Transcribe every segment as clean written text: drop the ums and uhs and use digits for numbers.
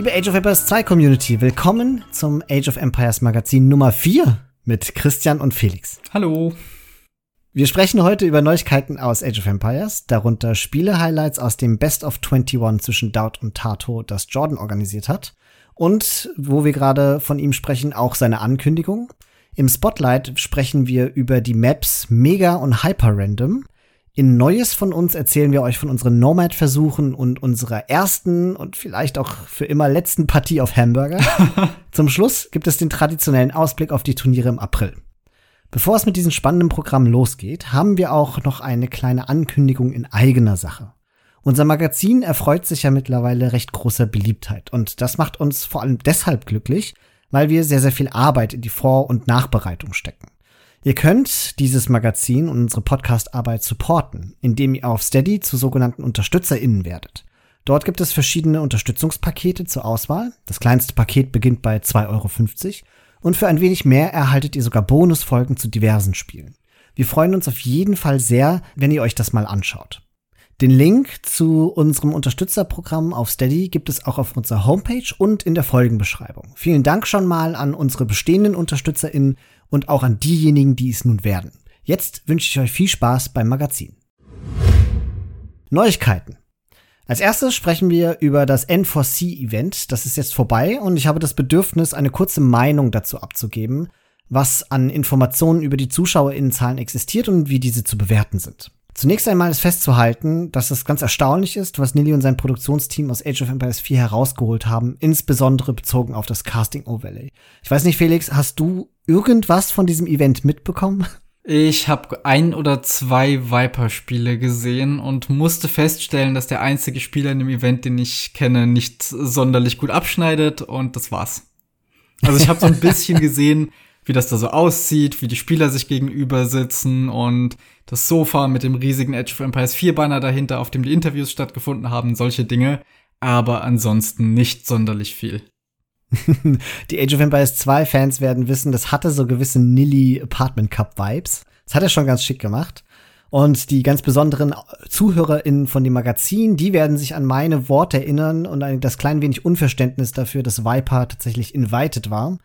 Liebe Age of Empires 2 Community, willkommen zum Age of Empires Magazin Nummer 4 mit Christian und Felix. Hallo. Wir sprechen heute über Neuigkeiten aus Age of Empires, darunter Spiele-Highlights aus dem Best of 21 zwischen Daud und Tato, das Jordan organisiert hat. Und, wo wir gerade von ihm sprechen, auch seine Ankündigung. Im Spotlight sprechen wir über die Maps Mega und Hyper Random. In Neues von uns erzählen wir euch von unseren Nomad-Versuchen und unserer ersten und vielleicht auch für immer letzten Partie auf Hamburger. Zum Schluss gibt es den traditionellen Ausblick auf die Turniere im April. Bevor es mit diesem spannenden Programm losgeht, haben wir auch noch eine kleine Ankündigung in eigener Sache. Unser Magazin erfreut sich ja mittlerweile recht großer Beliebtheit und das macht uns vor allem deshalb glücklich, weil wir sehr, sehr viel Arbeit in die Vor- und Nachbereitung stecken. Ihr könnt dieses Magazin und unsere Podcast-Arbeit supporten, indem ihr auf Steady zu sogenannten UnterstützerInnen werdet. Dort gibt es verschiedene Unterstützungspakete zur Auswahl. Das kleinste Paket beginnt bei 2,50 € und für ein wenig mehr erhaltet ihr sogar Bonusfolgen zu diversen Spielen. Wir freuen uns auf jeden Fall sehr, wenn ihr euch das mal anschaut. Den Link zu unserem Unterstützerprogramm auf Steady gibt es auch auf unserer Homepage und in der Folgenbeschreibung. Vielen Dank schon mal an unsere bestehenden UnterstützerInnen und auch an diejenigen, die es nun werden. Jetzt wünsche ich euch viel Spaß beim Magazin. Neuigkeiten. Als erstes sprechen wir über das N4C-Event. Das ist jetzt vorbei und ich habe das Bedürfnis, eine kurze Meinung dazu abzugeben, was an Informationen über die ZuschauerInnenzahlen existiert und wie diese zu bewerten sind. Zunächst einmal ist festzuhalten, dass es ganz erstaunlich ist, was Nili und sein Produktionsteam aus Age of Empires 4 herausgeholt haben, insbesondere bezogen auf das Casting Overlay. Ich weiß nicht, Felix, hast du irgendwas von diesem Event mitbekommen? Ich habe 1 oder 2 Viper-Spiele gesehen und musste feststellen, dass der einzige Spieler in dem Event, den ich kenne, nicht sonderlich gut abschneidet und das war's. Also ich habe so ein bisschen gesehen, wie das da so aussieht, wie die Spieler sich gegenüber sitzen und das Sofa mit dem riesigen Age of Empires 4 Banner dahinter, auf dem die Interviews stattgefunden haben, solche Dinge, aber ansonsten nicht sonderlich viel. Die Age of Empires 2 Fans werden wissen, das hatte so gewisse Nili Apartment Cup Vibes. Das hat er schon ganz schick gemacht. Und die ganz besonderen ZuhörerInnen von dem Magazin, die werden sich an meine Worte erinnern und an das klein wenig Unverständnis dafür, dass Viper tatsächlich invited war.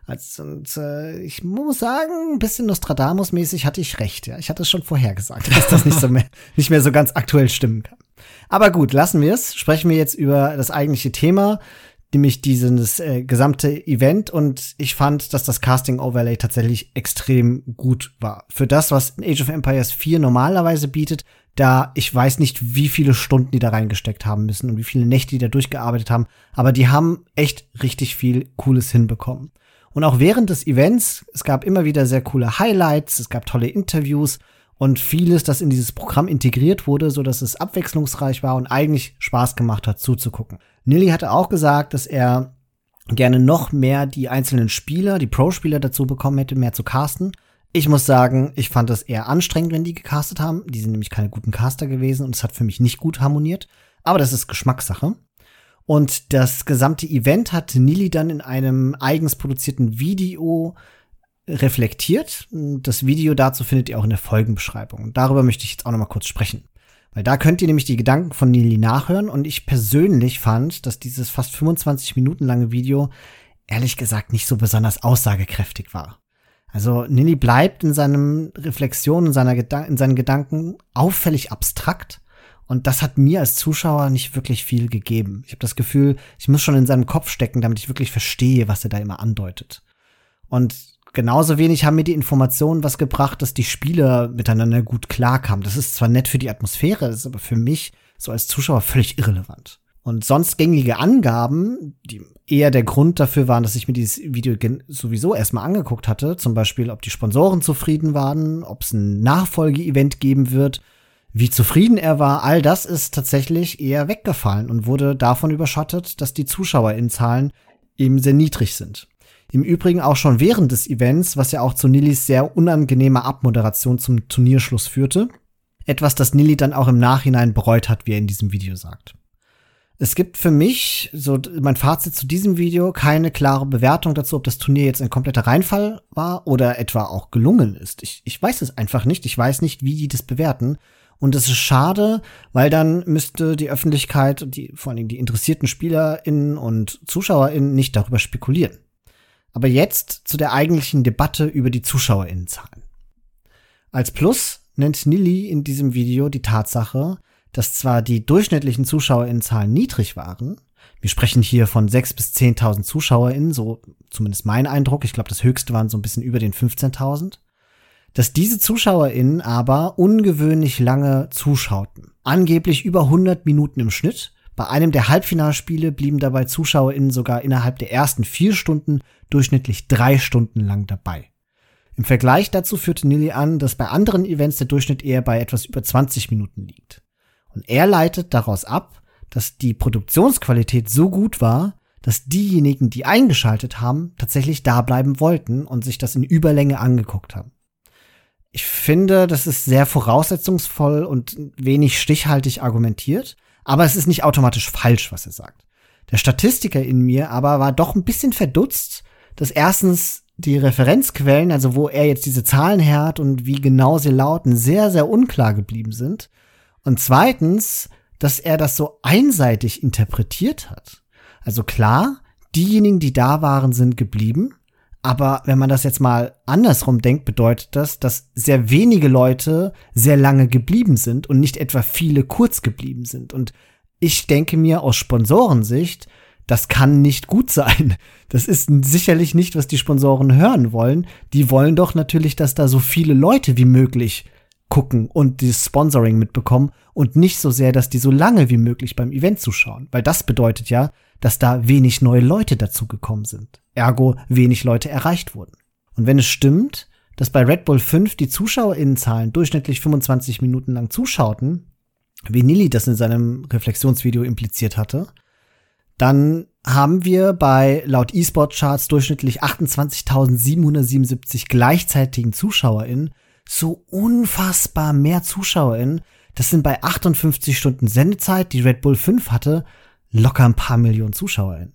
Ich muss sagen, ein bisschen Nostradamus-mäßig hatte ich recht. Ja, ich hatte es schon vorhergesagt, dass das nicht mehr so ganz aktuell stimmen kann. Aber gut, lassen wir es. Sprechen wir jetzt über das eigentliche Thema, nämlich dieses gesamte Event. Und ich fand, dass das Casting-Overlay tatsächlich extrem gut war. Für das, was Age of Empires 4 normalerweise bietet, da ich weiß nicht, wie viele Stunden die da reingesteckt haben müssen und wie viele Nächte die da durchgearbeitet haben. Aber die haben echt richtig viel Cooles hinbekommen. Und auch während des Events, es gab immer wieder sehr coole Highlights, es gab tolle Interviews und vieles, das in dieses Programm integriert wurde, so dass es abwechslungsreich war und eigentlich Spaß gemacht hat zuzugucken. Nili hatte auch gesagt, dass er gerne noch mehr die einzelnen Spieler, die Pro-Spieler dazu bekommen hätte, mehr zu casten. Ich muss sagen, ich fand das eher anstrengend, wenn die gecastet haben. Die sind nämlich keine guten Caster gewesen und es hat für mich nicht gut harmoniert. Aber das ist Geschmackssache. Und das gesamte Event hat Nili dann in einem eigens produzierten Video reflektiert. Das Video dazu findet ihr auch in der Folgenbeschreibung. Und darüber möchte ich jetzt auch noch mal kurz sprechen. Weil da könnt ihr nämlich die Gedanken von Nili nachhören. Und ich persönlich fand, dass dieses fast 25 Minuten lange Video ehrlich gesagt nicht so besonders aussagekräftig war. Also Nili bleibt in seinen Reflexionen, in seinen Gedanken auffällig abstrakt. Und das hat mir als Zuschauer nicht wirklich viel gegeben. Ich habe das Gefühl, ich muss schon in seinem Kopf stecken, damit ich wirklich verstehe, was er da immer andeutet. Und genauso wenig haben mir die Informationen was gebracht, dass die Spieler miteinander gut klarkamen. Das ist zwar nett für die Atmosphäre, das ist aber für mich so als Zuschauer völlig irrelevant. Und sonst gängige Angaben, die eher der Grund dafür waren, dass ich mir dieses Video sowieso erstmal angeguckt hatte, zum Beispiel, ob die Sponsoren zufrieden waren, ob es ein Nachfolge-Event geben wird, wie zufrieden er war, all das ist tatsächlich eher weggefallen und wurde davon überschattet, dass die ZuschauerInnenzahlen eben sehr niedrig sind. Im Übrigen auch schon während des Events, was ja auch zu Nilis sehr unangenehmer Abmoderation zum Turnierschluss führte. Etwas, das Nili dann auch im Nachhinein bereut hat, wie er in diesem Video sagt. Es gibt für mich, so mein Fazit zu diesem Video, keine klare Bewertung dazu, ob das Turnier jetzt ein kompletter Reinfall war oder etwa auch gelungen ist. Ich weiß es einfach nicht. Ich weiß nicht, wie die das bewerten. Und das ist schade, weil dann müsste die Öffentlichkeit, vor allen Dingen die interessierten SpielerInnen und ZuschauerInnen nicht darüber spekulieren. Aber jetzt zu der eigentlichen Debatte über die ZuschauerInnenzahlen. Als Plus nennt Nili in diesem Video die Tatsache, dass zwar die durchschnittlichen ZuschauerInnenzahlen niedrig waren, wir sprechen hier von 6.000 bis 10.000 ZuschauerInnen, so zumindest mein Eindruck, ich glaube das höchste waren so ein bisschen über den 15.000, dass diese ZuschauerInnen aber ungewöhnlich lange zuschauten. Angeblich über 100 Minuten im Schnitt. Bei einem der Halbfinalspiele blieben dabei ZuschauerInnen sogar innerhalb der ersten 4 Stunden durchschnittlich 3 Stunden lang dabei. Im Vergleich dazu führte Nili an, dass bei anderen Events der Durchschnitt eher bei etwas über 20 Minuten liegt. Und er leitet daraus ab, dass die Produktionsqualität so gut war, dass diejenigen, die eingeschaltet haben, tatsächlich da bleiben wollten und sich das in Überlänge angeguckt haben. Ich finde, das ist sehr voraussetzungsvoll und wenig stichhaltig argumentiert, aber es ist nicht automatisch falsch, was er sagt. Der Statistiker in mir aber war doch ein bisschen verdutzt, dass erstens die Referenzquellen, also wo er jetzt diese Zahlen her hat und wie genau sie lauten, sehr, sehr unklar geblieben sind. Und zweitens, dass er das so einseitig interpretiert hat. Also klar, diejenigen, die da waren, sind geblieben. Aber wenn man das jetzt mal andersrum denkt, bedeutet das, dass sehr wenige Leute sehr lange geblieben sind und nicht etwa viele kurz geblieben sind. Und ich denke mir aus Sponsorensicht, das kann nicht gut sein. Das ist sicherlich nicht, was die Sponsoren hören wollen. Die wollen doch natürlich, dass da so viele Leute wie möglich gucken und das Sponsoring mitbekommen und nicht so sehr, dass die so lange wie möglich beim Event zuschauen. Weil das bedeutet ja, dass da wenig neue Leute dazugekommen sind. Ergo wenig Leute erreicht wurden. Und wenn es stimmt, dass bei Red Bull 5 die ZuschauerInnenzahlen durchschnittlich 25 Minuten lang zuschauten, wie Nili das in seinem Reflexionsvideo impliziert hatte, dann haben wir bei laut eSport-Charts durchschnittlich 28.777 gleichzeitigen ZuschauerInnen so unfassbar mehr ZuschauerInnen. Das sind bei 58 Stunden Sendezeit, die Red Bull 5 hatte, locker ein paar Millionen ZuschauerInnen.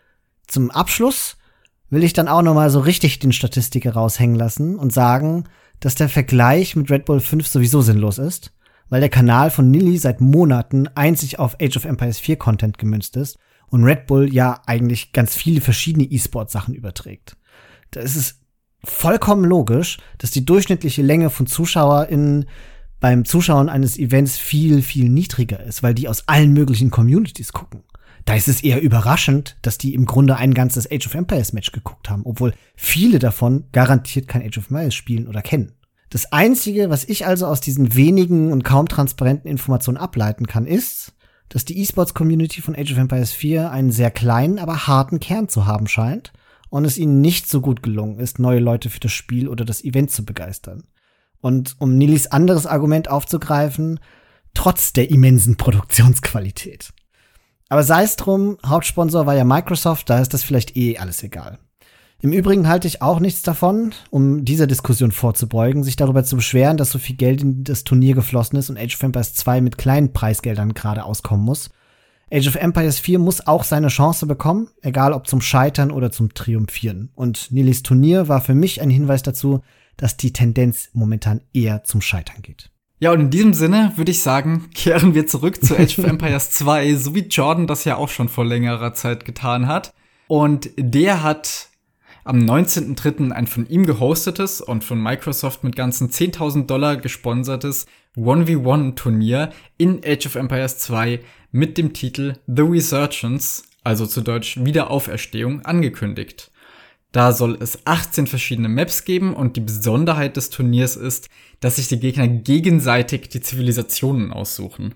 Zum Abschluss will ich dann auch noch mal so richtig den Statistiker raushängen lassen und sagen, dass der Vergleich mit Red Bull 5 sowieso sinnlos ist, weil der Kanal von Nili seit Monaten einzig auf Age of Empires 4 Content gemünzt ist und Red Bull ja eigentlich ganz viele verschiedene E-Sport-Sachen überträgt. Da ist es vollkommen logisch, dass die durchschnittliche Länge von ZuschauerInnen beim Zuschauen eines Events viel, viel niedriger ist, weil die aus allen möglichen Communities gucken. Da ist es eher überraschend, dass die im Grunde ein ganzes Age of Empires Match geguckt haben, obwohl viele davon garantiert kein Age of Empires spielen oder kennen. Das Einzige, was ich also aus diesen wenigen und kaum transparenten Informationen ableiten kann, ist, dass die E-Sports-Community von Age of Empires 4 einen sehr kleinen, aber harten Kern zu haben scheint und es ihnen nicht so gut gelungen ist, neue Leute für das Spiel oder das Event zu begeistern. Und um Nilis anderes Argument aufzugreifen, trotz der immensen Produktionsqualität. Aber sei es drum, Hauptsponsor war ja Microsoft, da ist das vielleicht alles egal. Im Übrigen halte ich auch nichts davon, um dieser Diskussion vorzubeugen, sich darüber zu beschweren, dass so viel Geld in das Turnier geflossen ist und Age of Empires 2 mit kleinen Preisgeldern gerade auskommen muss. Age of Empires 4 muss auch seine Chance bekommen, egal ob zum Scheitern oder zum Triumphieren. Und Nilis Turnier war für mich ein Hinweis dazu, dass die Tendenz momentan eher zum Scheitern geht. Ja, und in diesem Sinne würde ich sagen, kehren wir zurück zu Age of Empires 2, so wie Jordan das ja auch schon vor längerer Zeit getan hat. Und der hat am 19.03. ein von ihm gehostetes und von Microsoft mit ganzen $10.000 gesponsertes 1v1-Turnier in Age of Empires 2 mit dem Titel The Resurgence, also zu Deutsch Wiederauferstehung, angekündigt. Da soll es 18 verschiedene Maps geben und die Besonderheit des Turniers ist, dass sich die Gegner gegenseitig die Zivilisationen aussuchen.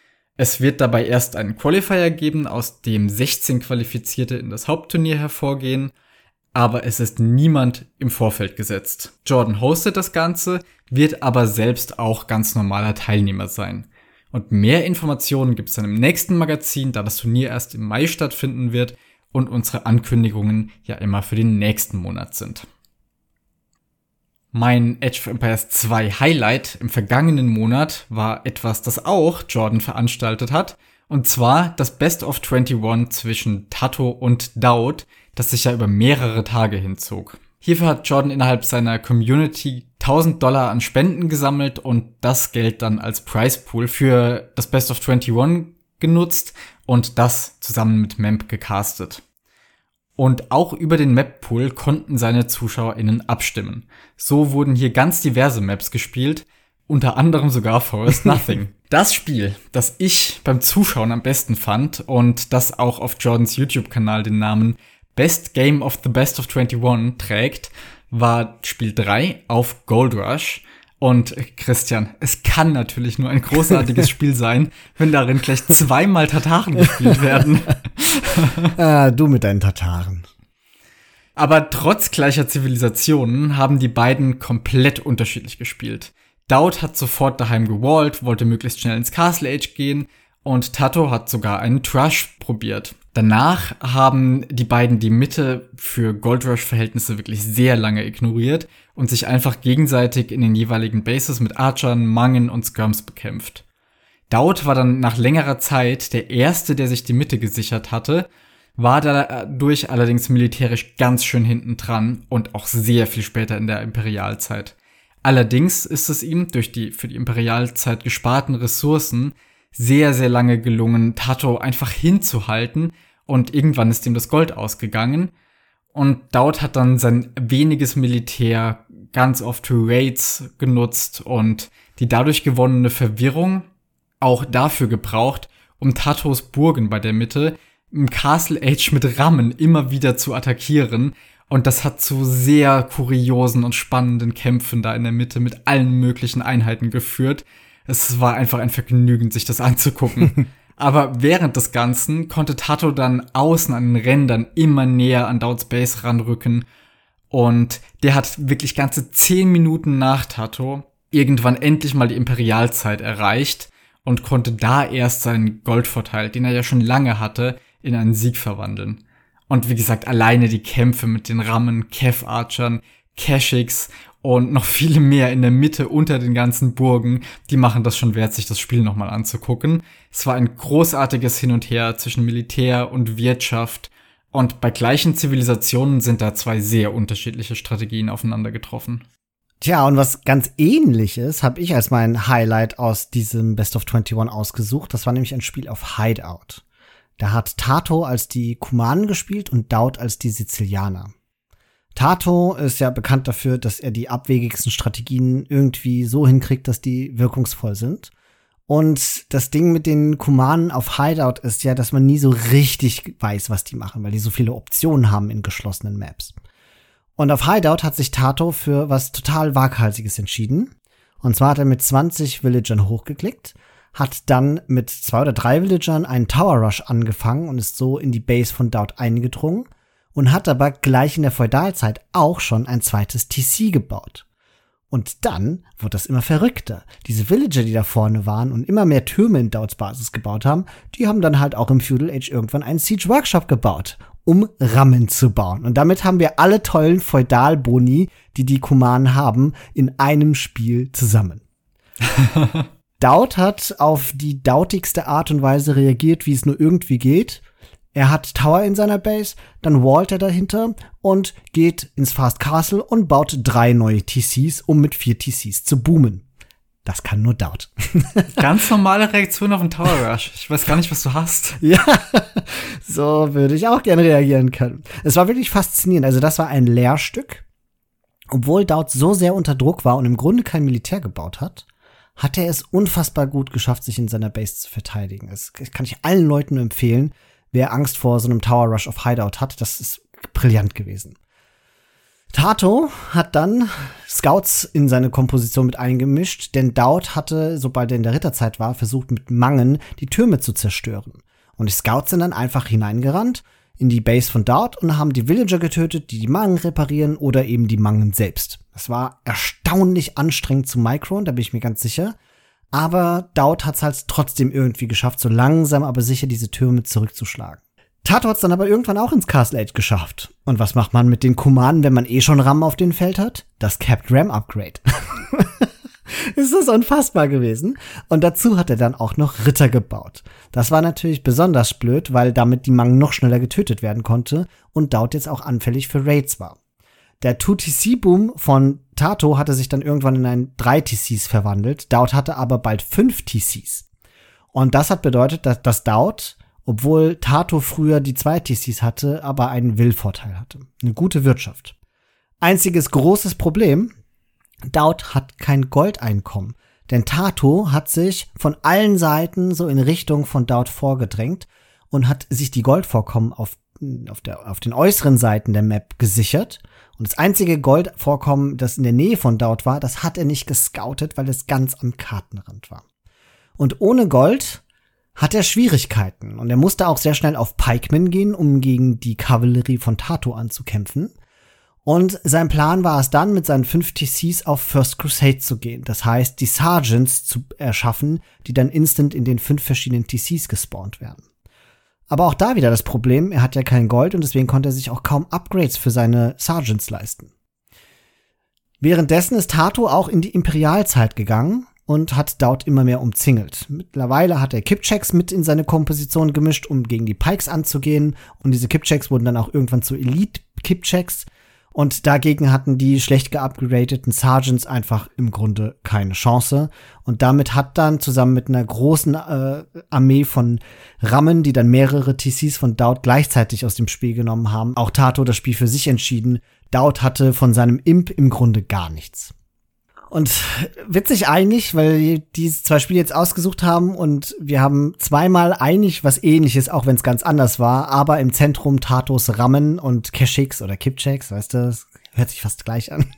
Es wird dabei erst einen Qualifier geben, aus dem 16 Qualifizierte in das Hauptturnier hervorgehen, aber es ist niemand im Vorfeld gesetzt. Jordan hostet das Ganze, wird aber selbst auch ganz normaler Teilnehmer sein. Und mehr Informationen gibt es dann im nächsten Magazin, da das Turnier erst im Mai stattfinden wird und unsere Ankündigungen ja immer für den nächsten Monat sind. Mein Age of Empires 2 Highlight im vergangenen Monat war etwas, das auch Jordan veranstaltet hat, und zwar das Best of 21 zwischen Tato und Daud, das sich ja über mehrere Tage hinzog. Hierfür hat Jordan innerhalb seiner Community $1.000 an Spenden gesammelt und das Geld dann als Prize Pool für das Best of 21 genutzt und das zusammen mit Memp gecastet. Und auch über den Map-Pool konnten seine ZuschauerInnen abstimmen. So wurden hier ganz diverse Maps gespielt, unter anderem sogar Forest Nothing. Das Spiel, das ich beim Zuschauen am besten fand und das auch auf Jordans YouTube-Kanal den Namen Best Game of the Best of 21 trägt, war Spiel 3 auf Gold Rush. Und Christian, es kann natürlich nur ein großartiges Spiel sein, wenn darin gleich zweimal Tataren gespielt werden. Du mit deinen Tataren. Aber trotz gleicher Zivilisationen haben die beiden komplett unterschiedlich gespielt. Daud hat sofort daheim gewallt, wollte möglichst schnell ins Castle Age gehen und Tato hat sogar einen Thrush probiert. Danach haben die beiden die Mitte für Gold Rush-Verhältnisse wirklich sehr lange ignoriert und sich einfach gegenseitig in den jeweiligen Bases mit Archern, Mangen und Skirms bekämpft. Daud war dann nach längerer Zeit der Erste, der sich die Mitte gesichert hatte, war dadurch allerdings militärisch ganz schön hinten dran und auch sehr viel später in der Imperialzeit. Allerdings ist es ihm durch die für die Imperialzeit gesparten Ressourcen sehr, sehr lange gelungen, Tato einfach hinzuhalten und irgendwann ist ihm das Gold ausgegangen und Daud hat dann sein weniges Militär ganz oft für Raids genutzt und die dadurch gewonnene Verwirrung auch dafür gebraucht, um Tatos Burgen bei der Mitte im Castle Age mit Rammen immer wieder zu attackieren und das hat zu sehr kuriosen und spannenden Kämpfen da in der Mitte mit allen möglichen Einheiten geführt. Es war einfach ein Vergnügen, sich das anzugucken. Aber während des Ganzen konnte Tato dann außen an den Rändern immer näher an Dauds Base ranrücken. Und der hat wirklich ganze 10 Minuten nach Tato irgendwann endlich mal die Imperialzeit erreicht und konnte da erst seinen Goldvorteil, den er ja schon lange hatte, in einen Sieg verwandeln. Und wie gesagt, alleine die Kämpfe mit den Rammen, Kev-Archern, Kashyyyks und noch viele mehr in der Mitte unter den ganzen Burgen, die machen das schon wert, sich das Spiel nochmal anzugucken. Es war ein großartiges Hin und Her zwischen Militär und Wirtschaft und bei gleichen Zivilisationen sind da zwei sehr unterschiedliche Strategien aufeinander getroffen. Tja, und was ganz Ähnliches habe ich als mein Highlight aus diesem Best of 21 ausgesucht. Das war nämlich ein Spiel auf Hideout. Da hat Tato als die Kumanen gespielt und Daud als die Sizilianer. Tato ist ja bekannt dafür, dass er die abwegigsten Strategien irgendwie so hinkriegt, dass die wirkungsvoll sind. Und das Ding mit den Kumanen auf Hideout ist ja, dass man nie so richtig weiß, was die machen, weil die so viele Optionen haben in geschlossenen Maps. Und auf Hideout hat sich Tato für was total Waghalsiges entschieden. Und zwar hat er mit 20 Villagern hochgeklickt, hat dann mit 2 oder 3 Villagern einen Tower Rush angefangen und ist so in die Base von Daud eingedrungen. Und hat aber gleich in der Feudalzeit auch schon ein zweites TC gebaut. Und dann wurde das immer verrückter. Diese Villager, die da vorne waren und immer mehr Türme in Dauds Basis gebaut haben, die haben dann halt auch im Feudal Age irgendwann einen Siege Workshop gebaut, um Rammen zu bauen. Und damit haben wir alle tollen Feudalboni, die die Kumanen haben, in einem Spiel zusammen. Daud hat auf die dautigste Art und Weise reagiert, wie es nur irgendwie geht. Er hat Tower in seiner Base, dann wallt er dahinter und geht ins Fast Castle und baut 3 neue TCs, um mit 4 TCs zu boomen. Das kann nur Daud. Ganz normale Reaktion auf einen Tower Rush. Ich weiß gar nicht, was du hast. Ja, so würde ich auch gerne reagieren können. Es war wirklich faszinierend. Also das war ein Lehrstück. Obwohl Daud so sehr unter Druck war und im Grunde kein Militär gebaut hat, hat er es unfassbar gut geschafft, sich in seiner Base zu verteidigen. Das kann ich allen Leuten nur empfehlen. Wer Angst vor so einem Tower Rush auf Hideout hat, das ist brillant gewesen. Tato hat dann Scouts in seine Komposition mit eingemischt, denn Daud hatte, sobald er in der Ritterzeit war, versucht mit Mangen die Türme zu zerstören. Und die Scouts sind dann einfach hineingerannt in die Base von Daud und haben die Villager getötet, die Mangen reparieren oder eben die Mangen selbst. Das war erstaunlich anstrengend zu micron, da bin ich mir ganz sicher. Aber Daud hat es halt trotzdem irgendwie geschafft, so langsam aber sicher diese Türme zurückzuschlagen. Tato hat es dann aber irgendwann auch ins Castle Age geschafft. Und was macht man mit den Kumanen, wenn man eh schon Ram auf dem Feld hat? Das Capped Ram Upgrade. Ist das unfassbar gewesen. Und dazu hat er dann auch noch Ritter gebaut. Das war natürlich besonders blöd, weil damit die Mangen noch schneller getötet werden konnte und Daud jetzt auch anfällig für Raids war. Der 2TC-Boom von Tato hatte sich dann irgendwann in ein 3 TCs verwandelt. Dowd hatte aber bald 5 TCs. Und das hat bedeutet, dass Dowd, obwohl Tato früher die 2 TCs hatte, aber einen Will-Vorteil hatte. Eine gute Wirtschaft. Einziges großes Problem, Dowd hat kein Goldeinkommen. Denn Tato hat sich von allen Seiten so in Richtung von Dowd vorgedrängt und hat sich die Goldvorkommen auf den äußeren Seiten der Map gesichert. Und das einzige Goldvorkommen, das in der Nähe von Dowd war, das hat er nicht gescoutet, weil es ganz am Kartenrand war. Und ohne Gold hat er Schwierigkeiten. Und er musste auch sehr schnell auf Pikemen gehen, um gegen die Kavallerie von Tato anzukämpfen. Und sein Plan war es dann, mit seinen 5 TCs auf First Crusade zu gehen. Das heißt, die Sergeants zu erschaffen, die dann instant in den 5 verschiedenen TCs gespawnt werden. Aber auch da wieder das Problem, er hat ja kein Gold und deswegen konnte er sich auch kaum Upgrades für seine Sergeants leisten. Währenddessen ist Tato auch in die Imperialzeit gegangen und hat Dowd immer mehr umzingelt. Mittlerweile hat er Kipchaks mit in seine Komposition gemischt, um gegen die Pikes anzugehen. Und diese Kipchaks wurden dann auch irgendwann zu Elite-Kipchaks. Und dagegen hatten die schlecht geupgradeten Sergeants einfach im Grunde keine Chance. Und damit hat dann zusammen mit einer großen Armee von Rammen, die dann mehrere TCs von Dowd gleichzeitig aus dem Spiel genommen haben, auch Tato das Spiel für sich entschieden. Dowd hatte von seinem Imp im Grunde gar nichts. Und witzig eigentlich, weil die 2 Spiele jetzt ausgesucht haben und wir haben zweimal eigentlich was Ähnliches, auch wenn es ganz anders war, aber im Zentrum Tatos Rammen und Keshiks oder Kipchaks, weißt du, das hört sich fast gleich an.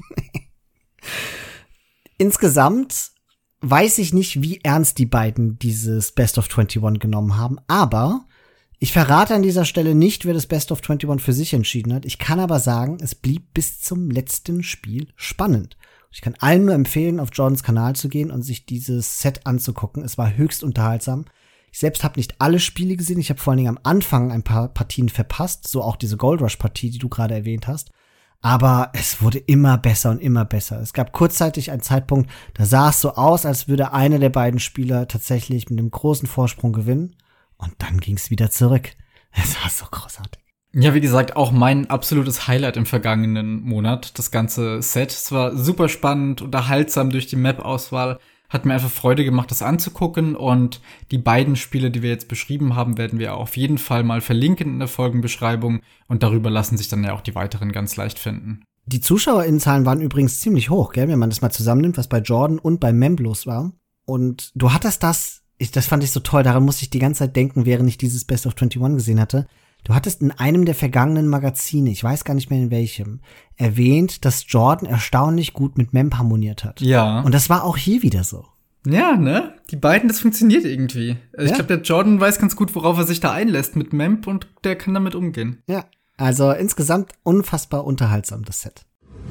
Insgesamt weiß ich nicht, wie ernst die beiden dieses Best of 21 genommen haben, aber ich verrate an dieser Stelle nicht, wer das Best of 21 für sich entschieden hat. Ich kann aber sagen, es blieb bis zum letzten Spiel spannend. Ich kann allen nur empfehlen, auf Jordans Kanal zu gehen und sich dieses Set anzugucken. Es war höchst unterhaltsam. Ich selbst habe nicht alle Spiele gesehen. Ich habe vor allen Dingen am Anfang ein paar Partien verpasst. So auch diese Gold Rush-Partie, die du gerade erwähnt hast. Aber es wurde immer besser und immer besser. Es gab kurzzeitig einen Zeitpunkt, da sah es so aus, als würde einer der beiden Spieler tatsächlich mit einem großen Vorsprung gewinnen. Und dann ging es wieder zurück. Es war so großartig. Ja, wie gesagt, auch mein absolutes Highlight im vergangenen Monat, das ganze Set. Es war super spannend, unterhaltsam durch die Map-Auswahl. Hat mir einfach Freude gemacht, das anzugucken. Und die beiden Spiele, die wir jetzt beschrieben haben, werden wir auf jeden Fall mal verlinken in der Folgenbeschreibung. Und darüber lassen sich dann ja auch die weiteren ganz leicht finden. Die ZuschauerInnenzahlen waren übrigens ziemlich hoch, gell, wenn man das mal zusammennimmt, was bei Jordan und bei Mem los war. Und du hattest das fand ich so toll, daran musste ich die ganze Zeit denken, während ich dieses Best of 21 gesehen hatte. Du hattest in einem der vergangenen Magazine, ich weiß gar nicht mehr in welchem, erwähnt, dass Jordan erstaunlich gut mit Mem harmoniert hat. Ja. Und das war auch hier wieder so. Ja, ne? Die beiden, das funktioniert irgendwie. Ich glaube, der Jordan weiß ganz gut, worauf er sich da einlässt mit Memp und der kann damit umgehen. Ja, also insgesamt unfassbar unterhaltsam, das Set.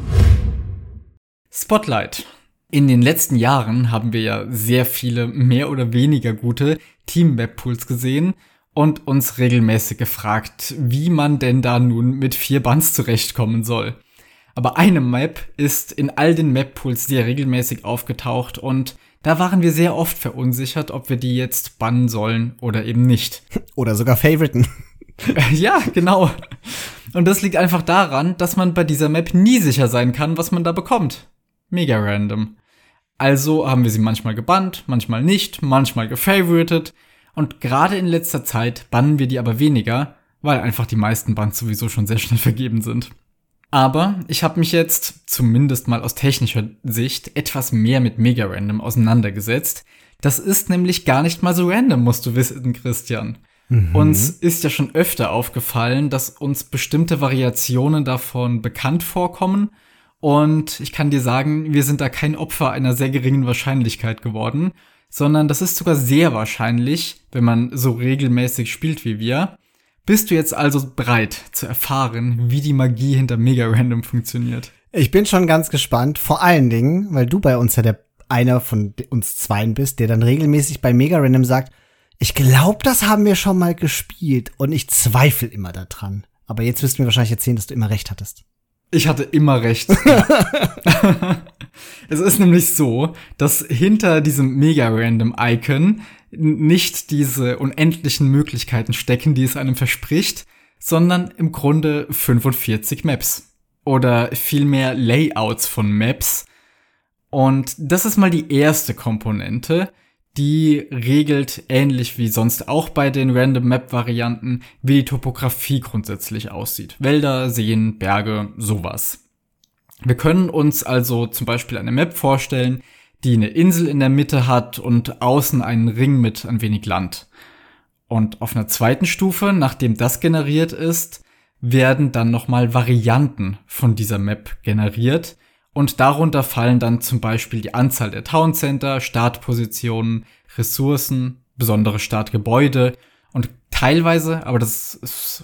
Spotlight. In den letzten Jahren haben wir ja sehr viele mehr oder weniger gute Team-Map-Pools gesehen und uns regelmäßig gefragt, wie man denn da nun mit 4 Bans zurechtkommen soll. Aber eine Map ist in all den Map-Pools sehr regelmäßig aufgetaucht und da waren wir sehr oft verunsichert, ob wir die jetzt bannen sollen oder eben nicht. Oder sogar favoriten. Ja, genau. Und das liegt einfach daran, dass man bei dieser Map nie sicher sein kann, was man da bekommt. Mega random. Also haben wir sie manchmal gebannt, manchmal nicht, manchmal gefavoritet. Und gerade in letzter Zeit bannen wir die aber weniger, weil einfach die meisten Bans sowieso schon sehr schnell vergeben sind. Aber ich habe mich jetzt, zumindest mal aus technischer Sicht, etwas mehr mit Mega Random auseinandergesetzt. Das ist nämlich gar nicht mal so random, musst du wissen, Christian. Uns ist ja schon öfter aufgefallen, dass uns bestimmte Variationen davon bekannt vorkommen. Und ich kann dir sagen, wir sind da kein Opfer einer sehr geringen Wahrscheinlichkeit geworden, sondern das ist sogar sehr wahrscheinlich, wenn man so regelmäßig spielt wie wir. Bist du jetzt also bereit zu erfahren, wie die Magie hinter Mega Random funktioniert? Ich bin schon ganz gespannt, vor allen Dingen, weil du bei uns ja einer von uns zweien bist, der dann regelmäßig bei Mega Random sagt, ich glaube, das haben wir schon mal gespielt und ich zweifle immer daran. Aber jetzt wirst du mir wahrscheinlich erzählen, dass du immer recht hattest. Ich hatte immer recht. Es ist nämlich so, dass hinter diesem Mega-Random-Icon nicht diese unendlichen Möglichkeiten stecken, die es einem verspricht, sondern im Grunde 45 Maps. oder vielmehr Layouts von Maps. Und das ist mal die erste Komponente, die regelt, ähnlich wie sonst auch bei den Random Map Varianten, wie die Topografie grundsätzlich aussieht. Wälder, Seen, Berge, sowas. Wir können uns also zum Beispiel eine Map vorstellen, die eine Insel in der Mitte hat und außen einen Ring mit ein wenig Land. Und auf einer zweiten Stufe, nachdem das generiert ist, werden dann nochmal Varianten von dieser Map generiert. Und darunter fallen dann zum Beispiel die Anzahl der Town Center, Startpositionen, Ressourcen, besondere Startgebäude und teilweise, aber das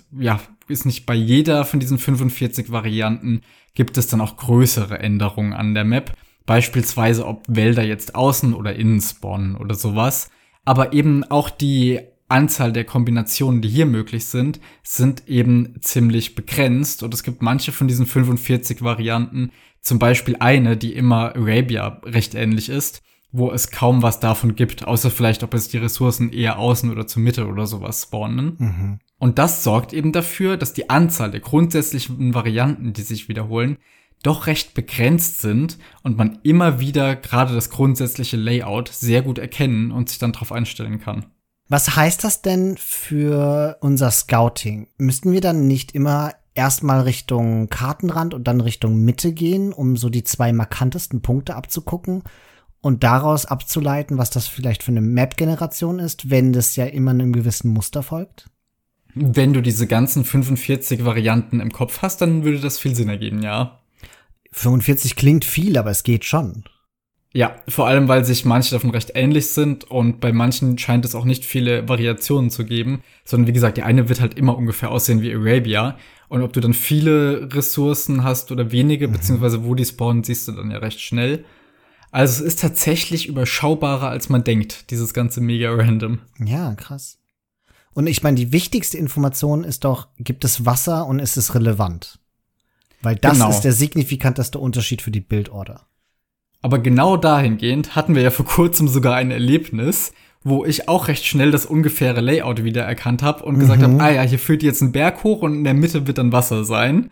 ist nicht bei jeder von diesen 45 Varianten, gibt es dann auch größere Änderungen an der Map. Beispielsweise, ob Wälder jetzt außen oder innen spawnen oder sowas. Aber eben auch die Anzahl der Kombinationen, die hier möglich sind eben ziemlich begrenzt. Und es gibt manche von diesen 45 Varianten, zum Beispiel eine, die immer Arabia recht ähnlich ist, wo es kaum was davon gibt, außer vielleicht, ob es die Ressourcen eher außen oder zur Mitte oder sowas spawnen. Mhm. Und das sorgt eben dafür, dass die Anzahl der grundsätzlichen Varianten, die sich wiederholen, doch recht begrenzt sind und man immer wieder gerade das grundsätzliche Layout sehr gut erkennen und sich dann darauf einstellen kann. Was heißt das denn für unser Scouting? Müssten wir dann nicht immer erstmal Richtung Kartenrand und dann Richtung Mitte gehen, um so die 2 markantesten Punkte abzugucken und daraus abzuleiten, was das vielleicht für eine Map-Generation ist, wenn das ja immer einem gewissen Muster folgt? Wenn du diese ganzen 45 Varianten im Kopf hast, dann würde das viel Sinn ergeben, ja. 45 klingt viel, aber es geht schon. Ja, vor allem, weil sich manche davon recht ähnlich sind und bei manchen scheint es auch nicht viele Variationen zu geben, sondern wie gesagt, die eine wird halt immer ungefähr aussehen wie Arabia und ob du dann viele Ressourcen hast oder wenige, beziehungsweise wo die spawnen, siehst du dann ja recht schnell. Also es ist tatsächlich überschaubarer, als man denkt, dieses ganze Mega-Random. Ja, krass. Und ich meine, die wichtigste Information ist doch, gibt es Wasser und ist es relevant? Weil das ist der signifikanteste Unterschied für die Build-Order. Aber genau dahingehend hatten wir ja vor kurzem sogar ein Erlebnis, wo ich auch recht schnell das ungefähre Layout wiedererkannt habe und gesagt habe, hier führt jetzt ein Berg hoch und in der Mitte wird dann Wasser sein.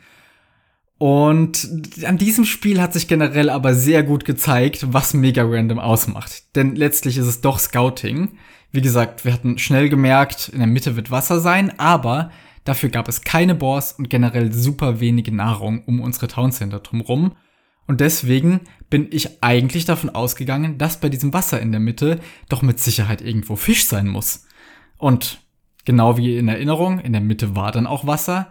Und an diesem Spiel hat sich generell aber sehr gut gezeigt, was Mega Random ausmacht. Denn letztlich ist es doch Scouting. Wie gesagt, wir hatten schnell gemerkt, in der Mitte wird Wasser sein, aber dafür gab es keine Boars und generell super wenige Nahrung um unsere Town Center drumherum. Und deswegen bin ich eigentlich davon ausgegangen, dass bei diesem Wasser in der Mitte doch mit Sicherheit irgendwo Fisch sein muss. Und genau wie in Erinnerung, in der Mitte war dann auch Wasser,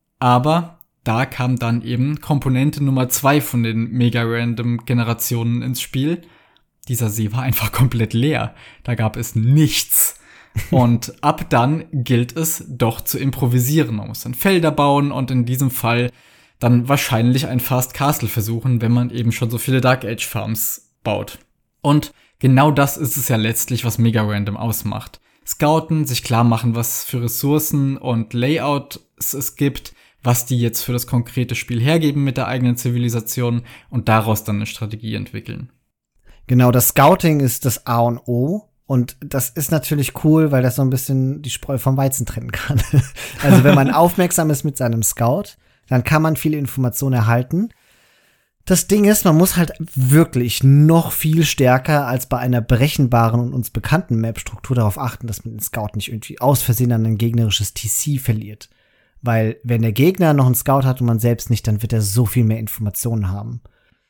aber da kam dann eben Komponente Nummer 2 von den Mega-Random-Generationen ins Spiel. Dieser See war einfach komplett leer. Da gab es nichts. Und ab dann gilt es doch zu improvisieren. Man muss dann Felder bauen und in diesem Fall dann wahrscheinlich ein Fast Castle versuchen, wenn man eben schon so viele Dark Age Farms baut. Und genau das ist es ja letztlich, was Mega Random ausmacht. Scouten, sich klar machen, was für Ressourcen und Layout es gibt, was die jetzt für das konkrete Spiel hergeben mit der eigenen Zivilisation und daraus dann eine Strategie entwickeln. Genau, das Scouting ist das A und O. Und das ist natürlich cool, weil das so ein bisschen die Spreu vom Weizen trennen kann. Also wenn man aufmerksam ist mit seinem Scout, dann kann man viele Informationen erhalten. Das Ding ist, man muss halt wirklich noch viel stärker als bei einer berechenbaren und uns bekannten Map-Struktur darauf achten, dass man den Scout nicht irgendwie aus Versehen an ein gegnerisches TC verliert. Weil wenn der Gegner noch einen Scout hat und man selbst nicht, dann wird er so viel mehr Informationen haben.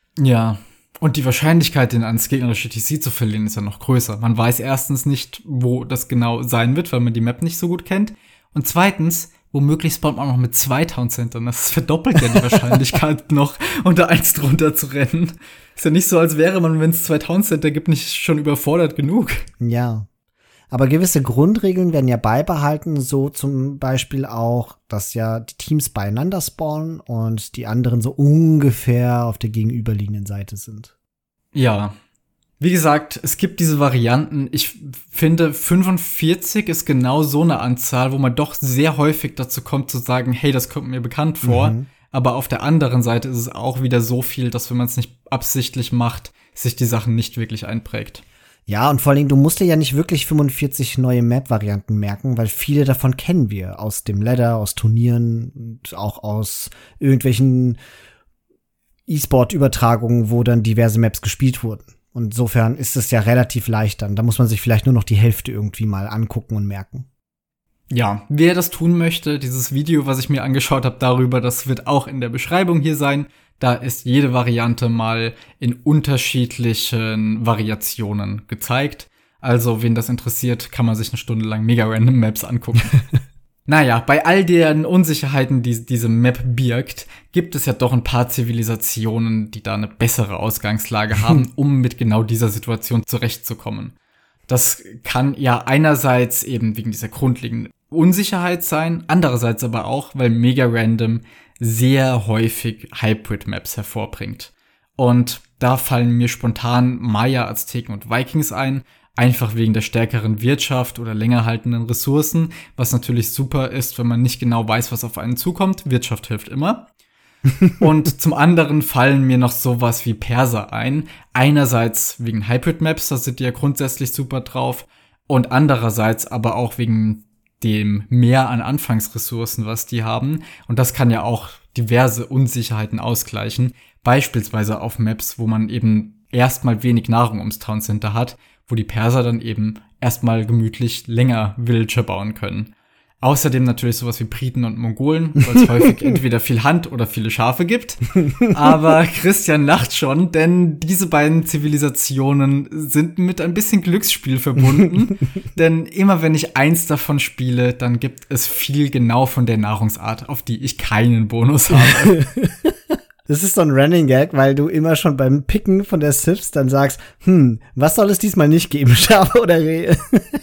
Ja, und die Wahrscheinlichkeit, den ans gegnerische TC zu verlieren, ist ja noch größer. Man weiß erstens nicht, wo das genau sein wird, weil man die Map nicht so gut kennt. Und zweitens, womöglich spawnt man noch mit 2 Town Centern. Das verdoppelt ja die Wahrscheinlichkeit noch, unter 1 drunter zu rennen. Ist ja nicht so, als wäre man, wenn es 2 Town Center gibt, nicht schon überfordert genug. Ja. Aber gewisse Grundregeln werden ja beibehalten, so zum Beispiel auch, dass ja die Teams beieinander spawnen und die anderen so ungefähr auf der gegenüberliegenden Seite sind. Ja. Wie gesagt, es gibt diese Varianten. Ich finde, 45 ist genau so eine Anzahl, wo man doch sehr häufig dazu kommt zu sagen, hey, das kommt mir bekannt vor. Aber auf der anderen Seite ist es auch wieder so viel, dass wenn man es nicht absichtlich macht, sich die Sachen nicht wirklich einprägt. Ja, und vor allen Dingen, du musst dir ja nicht wirklich 45 neue Map-Varianten merken, weil viele davon kennen wir aus dem Ladder, aus Turnieren und auch aus irgendwelchen E-Sport-Übertragungen, wo dann diverse Maps gespielt wurden. Und insofern ist es ja relativ leicht dann. Da muss man sich vielleicht nur noch die Hälfte irgendwie mal angucken und merken. Ja, wer das tun möchte, dieses Video, was ich mir angeschaut habe darüber, das wird auch in der Beschreibung hier sein. Da ist jede Variante mal in unterschiedlichen Variationen gezeigt. Also, wen das interessiert, kann man sich eine Stunde lang Mega Random Maps angucken. Naja, bei all den Unsicherheiten, die diese Map birgt, gibt es ja doch ein paar Zivilisationen, die da eine bessere Ausgangslage haben, um mit genau dieser Situation zurechtzukommen. Das kann ja einerseits eben wegen dieser grundlegenden Unsicherheit sein, andererseits aber auch, weil Mega Random sehr häufig Hybrid-Maps hervorbringt. Und da fallen mir spontan Maya, Azteken und Vikings ein, einfach wegen der stärkeren Wirtschaft oder länger haltenden Ressourcen, was natürlich super ist, wenn man nicht genau weiß, was auf einen zukommt. Wirtschaft hilft immer. Und zum anderen fallen mir noch sowas wie Perser ein. Einerseits wegen Hybrid-Maps, da sind die ja grundsätzlich super drauf. Und andererseits aber auch wegen dem Mehr an Anfangsressourcen, was die haben. Und das kann ja auch diverse Unsicherheiten ausgleichen. Beispielsweise auf Maps, wo man eben erstmal wenig Nahrung ums Town Center hat, wo die Perser dann eben erstmal gemütlich länger Villager bauen können. Außerdem natürlich sowas wie Briten und Mongolen, weil es häufig entweder viel Hand oder viele Schafe gibt. Aber Christian lacht schon, denn diese beiden Zivilisationen sind mit ein bisschen Glücksspiel verbunden. Denn immer wenn ich eins davon spiele, dann gibt es viel genau von der Nahrungsart, auf die ich keinen Bonus habe. Das ist so ein Running Gag, weil du immer schon beim Picken von der Civs dann sagst, was soll es diesmal nicht geben, Schafe oder Rehe?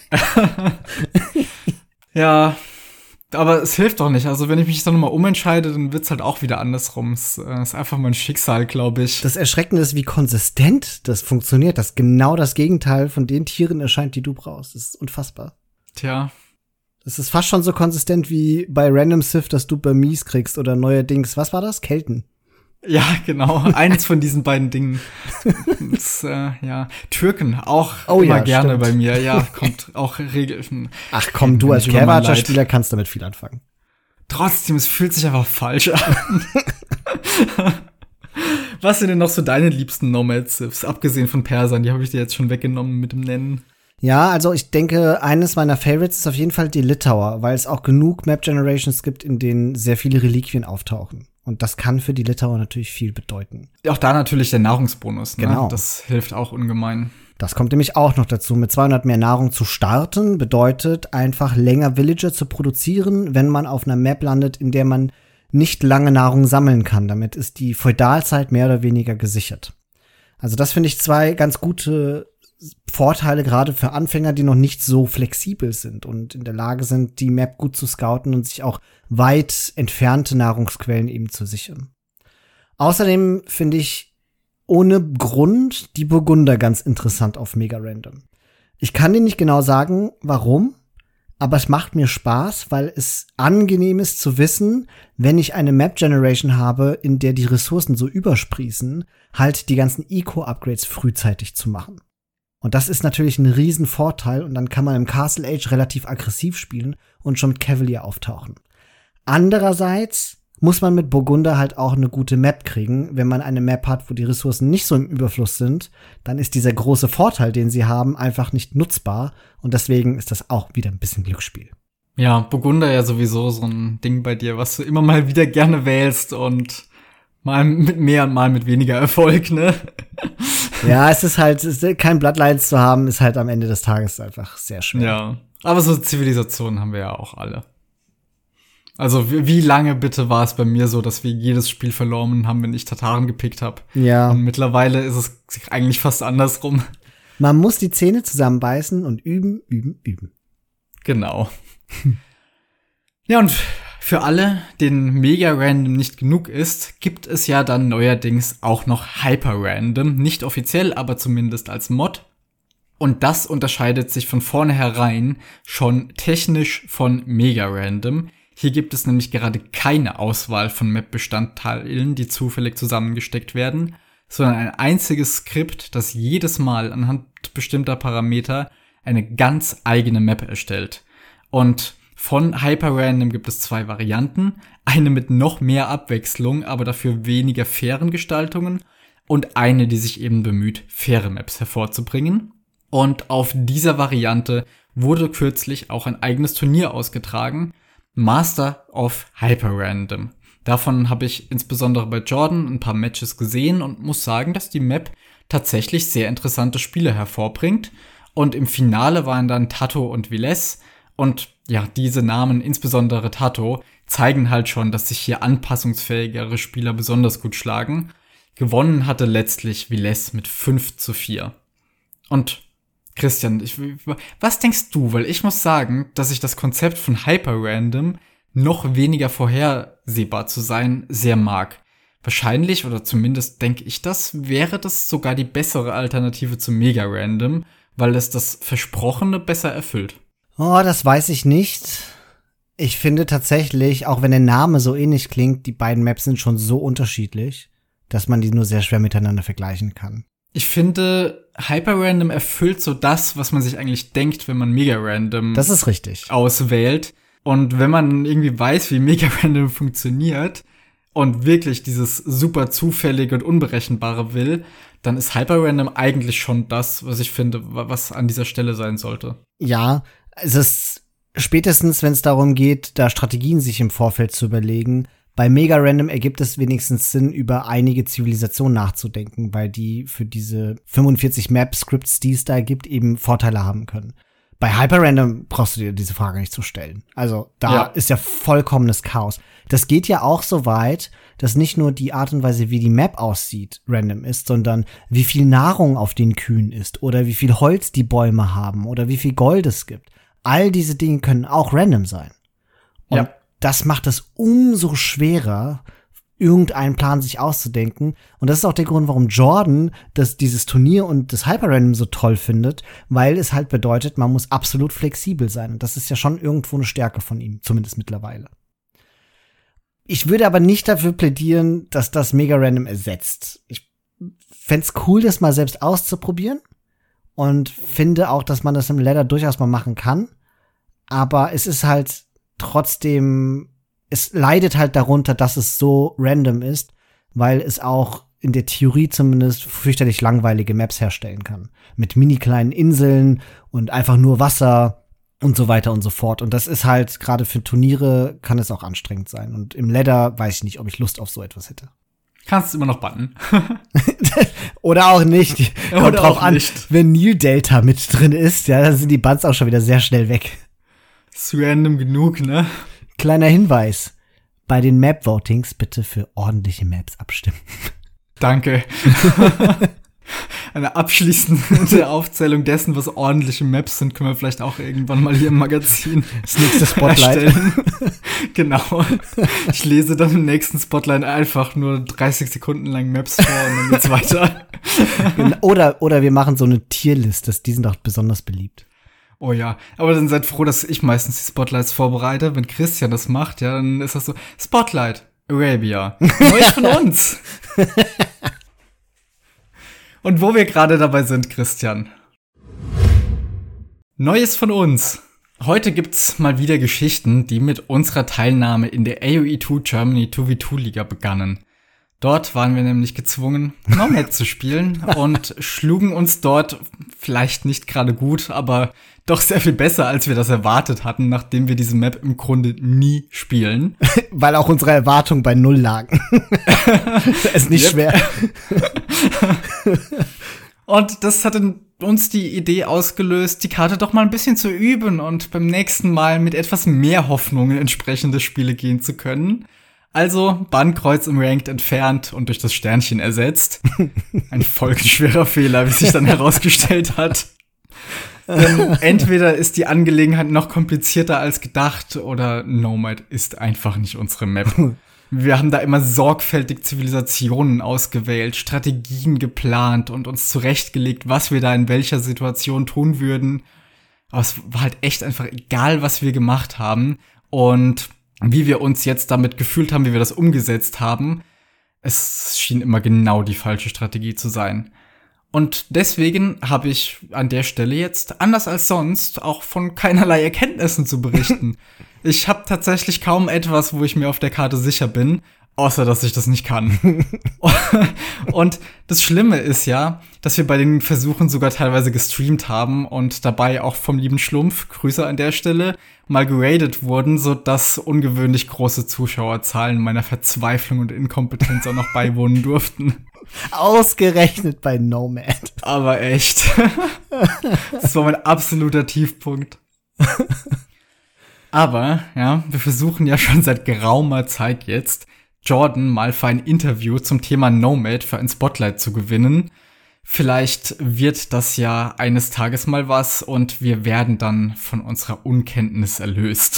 Ja, aber es hilft doch nicht. Also wenn ich mich dann nochmal umentscheide, dann wird's halt auch wieder andersrum. Es ist einfach mein Schicksal, glaube ich. Das Erschreckende ist, wie konsistent das funktioniert, dass genau das Gegenteil von den Tieren erscheint, die du brauchst. Das ist unfassbar. Tja. Das ist fast schon so konsistent wie bei Random Civ, dass du Burmese kriegst oder neuerdings, was war das? Kelten. Ja, genau. Eines von diesen beiden Dingen. Das, ja. Türken auch immer gerne stimmt. Bei mir. Ja, kommt auch regelmäßig. Ach komm, du als Carewatcher-Spieler kannst damit viel anfangen. Trotzdem, es fühlt sich einfach falsch an. Was sind denn noch so deine liebsten Nomad-Civs? Abgesehen von Persern, die habe ich dir jetzt schon weggenommen mit dem Nennen. Ja, also ich denke, eines meiner Favorites ist auf jeden Fall die Litauer, weil es auch genug Map-Generations gibt, in denen sehr viele Reliquien auftauchen. Und das kann für die Litauer natürlich viel bedeuten. Auch da natürlich der Nahrungsbonus, ne? Genau. Das hilft auch ungemein. Das kommt nämlich auch noch dazu. Mit 200 mehr Nahrung zu starten bedeutet einfach länger Villager zu produzieren, wenn man auf einer Map landet, in der man nicht lange Nahrung sammeln kann. Damit ist die Feudalzeit mehr oder weniger gesichert. Also das finde ich zwei ganz gute Vorteile, gerade für Anfänger, die noch nicht so flexibel sind und in der Lage sind, die Map gut zu scouten und sich auch weit entfernte Nahrungsquellen eben zu sichern. Außerdem finde ich ohne Grund die Burgunder ganz interessant auf Mega Random. Ich kann dir nicht genau sagen, warum, aber es macht mir Spaß, weil es angenehm ist zu wissen, wenn ich eine Map Generation habe, in der die Ressourcen so übersprießen, halt die ganzen Eco-Upgrades frühzeitig zu machen. Und das ist natürlich ein Riesenvorteil und dann kann man im Castle Age relativ aggressiv spielen und schon mit Cavalier auftauchen. Andererseits muss man mit Burgunder halt auch eine gute Map kriegen. Wenn man eine Map hat, wo die Ressourcen nicht so im Überfluss sind, dann ist dieser große Vorteil, den sie haben, einfach nicht nutzbar. Und deswegen ist das auch wieder ein bisschen Glücksspiel. Ja, Burgunder ja sowieso so ein Ding bei dir, was du immer mal wieder gerne wählst und mal mit mehr und mal mit weniger Erfolg, ne? Ja, es ist kein Bloodlines zu haben, ist halt am Ende des Tages einfach sehr schwer. Ja, aber so Zivilisationen haben wir ja auch alle. Also wie lange bitte war es bei mir so, dass wir jedes Spiel verloren haben, wenn ich Tataren gepickt habe? Ja. Und mittlerweile ist es eigentlich fast andersrum. Man muss die Zähne zusammenbeißen und üben, üben, üben. Genau. Ja, und für alle, denen Mega Random nicht genug ist, gibt es ja dann neuerdings auch noch Hyper Random. Nicht offiziell, aber zumindest als Mod. Und das unterscheidet sich von vornherein schon technisch von Mega Random. Hier gibt es nämlich gerade keine Auswahl von Map-Bestandteilen, die zufällig zusammengesteckt werden, sondern ein einziges Skript, das jedes Mal anhand bestimmter Parameter eine ganz eigene Map erstellt. Und von Hyper-Random gibt es 2 Varianten. Eine mit noch mehr Abwechslung, aber dafür weniger fairen Gestaltungen. Und eine, die sich eben bemüht, faire Maps hervorzubringen. Und auf dieser Variante wurde kürzlich auch ein eigenes Turnier ausgetragen. Master of Hyper-Random. Davon habe ich insbesondere bei Jordan ein paar Matches gesehen und muss sagen, dass die Map tatsächlich sehr interessante Spiele hervorbringt. Und im Finale waren dann Tato und Viles. Und ja, diese Namen, insbesondere Tato, zeigen halt schon, dass sich hier anpassungsfähigere Spieler besonders gut schlagen. Gewonnen hatte letztlich Viles mit 5:4. Und Christian, was denkst du? Weil ich muss sagen, dass ich das Konzept von Hyper-Random, noch weniger vorhersehbar zu sein, sehr mag. Wahrscheinlich, oder zumindest denke ich das, wäre das sogar die bessere Alternative zu Mega-Random, weil es das Versprochene besser erfüllt. Oh, das weiß ich nicht. Ich finde tatsächlich, auch wenn der Name so ähnlich klingt, die beiden Maps sind schon so unterschiedlich, dass man die nur sehr schwer miteinander vergleichen kann. Ich finde, Hyper-Random erfüllt so das, was man sich eigentlich denkt, wenn man Mega-Random Das ist richtig. auswählt. Und wenn man irgendwie weiß, wie Mega-Random funktioniert und wirklich dieses super zufällige und unberechenbare will, dann ist Hyper-Random eigentlich schon das, was ich finde, was an dieser Stelle sein sollte. Ja, es ist spätestens, wenn es darum geht, da Strategien sich im Vorfeld zu überlegen. Bei Mega Random ergibt es wenigstens Sinn, über einige Zivilisationen nachzudenken, weil die für diese 45 Map-Scripts, die es da gibt, eben Vorteile haben können. Bei Hyper Random brauchst du dir diese Frage nicht zu stellen. Also da ist ja vollkommenes Chaos. Das geht ja auch so weit, dass nicht nur die Art und Weise, wie die Map aussieht, random ist, sondern wie viel Nahrung auf den Kühen ist oder wie viel Holz die Bäume haben oder wie viel Gold es gibt. All diese Dinge können auch random sein. Und das macht es umso schwerer, irgendeinen Plan sich auszudenken. Und das ist auch der Grund, warum Jordan dieses Turnier und das Hyper-Random so toll findet, weil es halt bedeutet, man muss absolut flexibel sein. Und das ist ja schon irgendwo eine Stärke von ihm, zumindest mittlerweile. Ich würde aber nicht dafür plädieren, dass das Mega-Random ersetzt. Ich fänd's cool, das mal selbst auszuprobieren. Und finde auch, dass man das im Ladder durchaus mal machen kann. Aber es ist halt trotzdem, es leidet halt darunter, dass es so random ist, weil es auch in der Theorie zumindest fürchterlich langweilige Maps herstellen kann. Mit mini kleinen Inseln und einfach nur Wasser und so weiter und so fort. Und das ist halt, gerade für Turniere kann es auch anstrengend sein. Und im Ladder weiß ich nicht, ob ich Lust auf so etwas hätte. Kannst du immer noch bannen. Oder auch nicht. Kommt Oder drauf auch an, nicht. wenn Nil Delta mit drin ist, ja, dann sind die Bans auch schon wieder sehr schnell weg. Ist random genug, ne? Kleiner Hinweis. Bei den Map-Votings bitte für ordentliche Maps abstimmen. Danke. Eine abschließende Aufzählung dessen, was ordentliche Maps sind, können wir vielleicht auch irgendwann mal hier im Magazin Das nächste Spotlight. erstellen. Genau. Ich lese dann im nächsten Spotlight einfach nur 30 Sekunden lang Maps vor und dann geht's weiter. Oder wir machen so eine Tierliste, die sind auch besonders beliebt. Oh ja, aber dann seid froh, dass ich meistens die Spotlights vorbereite. Wenn Christian das macht, ja, dann ist das so, Spotlight, Arabia, Neues von uns. Und wo wir gerade dabei sind, Christian. Neues von uns. Heute gibt's mal wieder Geschichten, die mit unserer Teilnahme in der AOE2 Germany 2v2 Liga begannen. Dort waren wir nämlich gezwungen, Nomad zu spielen und schlugen uns dort vielleicht nicht gerade gut, aber doch sehr viel besser, als wir das erwartet hatten, nachdem wir diese Map im Grunde nie spielen. Weil auch unsere Erwartungen bei 0 lagen. Ist nicht schwer. Und das hat in uns die Idee ausgelöst, die Karte doch mal ein bisschen zu üben und beim nächsten Mal mit etwas mehr Hoffnung in entsprechende Spiele gehen zu können. Also Bannkreuz im Ranked entfernt und durch das Sternchen ersetzt. Ein folgenschwerer Fehler, wie sich dann herausgestellt hat. Denn entweder ist die Angelegenheit noch komplizierter als gedacht oder Nomad ist einfach nicht unsere Map. Wir haben da immer sorgfältig Zivilisationen ausgewählt, Strategien geplant und uns zurechtgelegt, was wir da in welcher Situation tun würden. Aber es war halt echt einfach egal, was wir gemacht haben. Und wie wir uns jetzt damit gefühlt haben, wie wir das umgesetzt haben, Es schien immer genau die falsche Strategie zu sein. Und deswegen habe ich an der Stelle jetzt, anders als sonst, auch von keinerlei Erkenntnissen zu berichten. Ich habe tatsächlich kaum etwas, wo ich mir auf der Karte sicher bin, außer dass ich das nicht kann. Und das Schlimme ist ja, dass wir bei den Versuchen sogar teilweise gestreamt haben und dabei auch vom lieben Schlumpf, Grüße an der Stelle, mal geradet wurden, sodass ungewöhnlich große Zuschauerzahlen meiner Verzweiflung und Inkompetenz auch noch beiwohnen durften. Ausgerechnet bei Nomad. Aber echt. Das war mein absoluter Tiefpunkt. Aber, ja, wir versuchen ja schon seit geraumer Zeit jetzt, Jordan mal für ein Interview zum Thema Nomad für ein Spotlight zu gewinnen. Vielleicht wird das ja eines Tages mal was und wir werden dann von unserer Unkenntnis erlöst.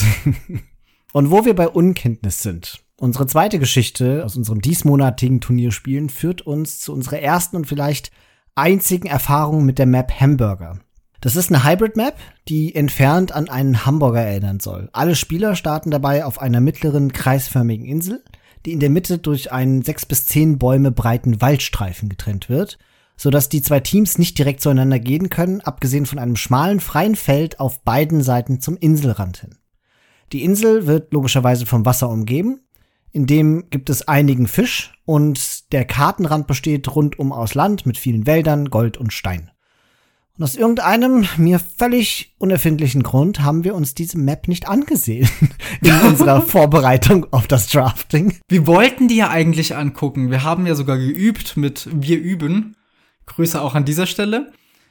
Und wo wir bei Unkenntnis sind, unsere zweite Geschichte aus unserem diesmonatigen Turnierspielen führt uns zu unserer ersten und vielleicht einzigen Erfahrung mit der Map Hamburger. Das ist eine Hybrid-Map, die entfernt an einen Hamburger erinnern soll. Alle Spieler starten dabei auf einer mittleren kreisförmigen Insel, die in der Mitte durch einen 6 bis 10 Bäume breiten Waldstreifen getrennt wird, sodass die zwei Teams nicht direkt zueinander gehen können, abgesehen von einem schmalen, freien Feld auf beiden Seiten zum Inselrand hin. Die Insel wird logischerweise vom Wasser umgeben, in dem gibt es einigen Fisch und der Kartenrand besteht rundum aus Land mit vielen Wäldern, Gold und Stein. Und aus irgendeinem mir völlig unerfindlichen Grund haben wir uns diese Map nicht angesehen in unserer Vorbereitung auf das Drafting. Wir wollten die ja eigentlich angucken. Wir haben ja sogar geübt mit Wir üben. Grüße auch an dieser Stelle.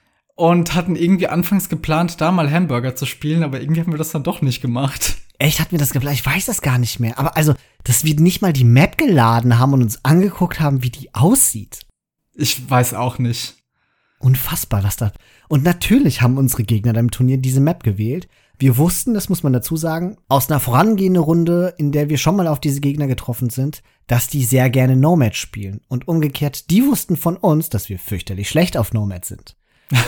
Und hatten irgendwie anfangs geplant, da mal Hamburger zu spielen, aber irgendwie haben wir das dann doch nicht gemacht. Echt, hatten wir das geplant? Ich weiß das gar nicht mehr. Aber also, dass wir nicht mal die Map geladen haben und uns angeguckt haben, wie die aussieht. Ich weiß auch nicht. Unfassbar, was da. Und natürlich haben unsere Gegner da im Turnier diese Map gewählt. Wir wussten, das muss man dazu sagen, aus einer vorangehenden Runde, in der wir schon mal auf diese Gegner getroffen sind, dass die sehr gerne Nomad spielen. Und umgekehrt, die wussten von uns, dass wir fürchterlich schlecht auf Nomad sind.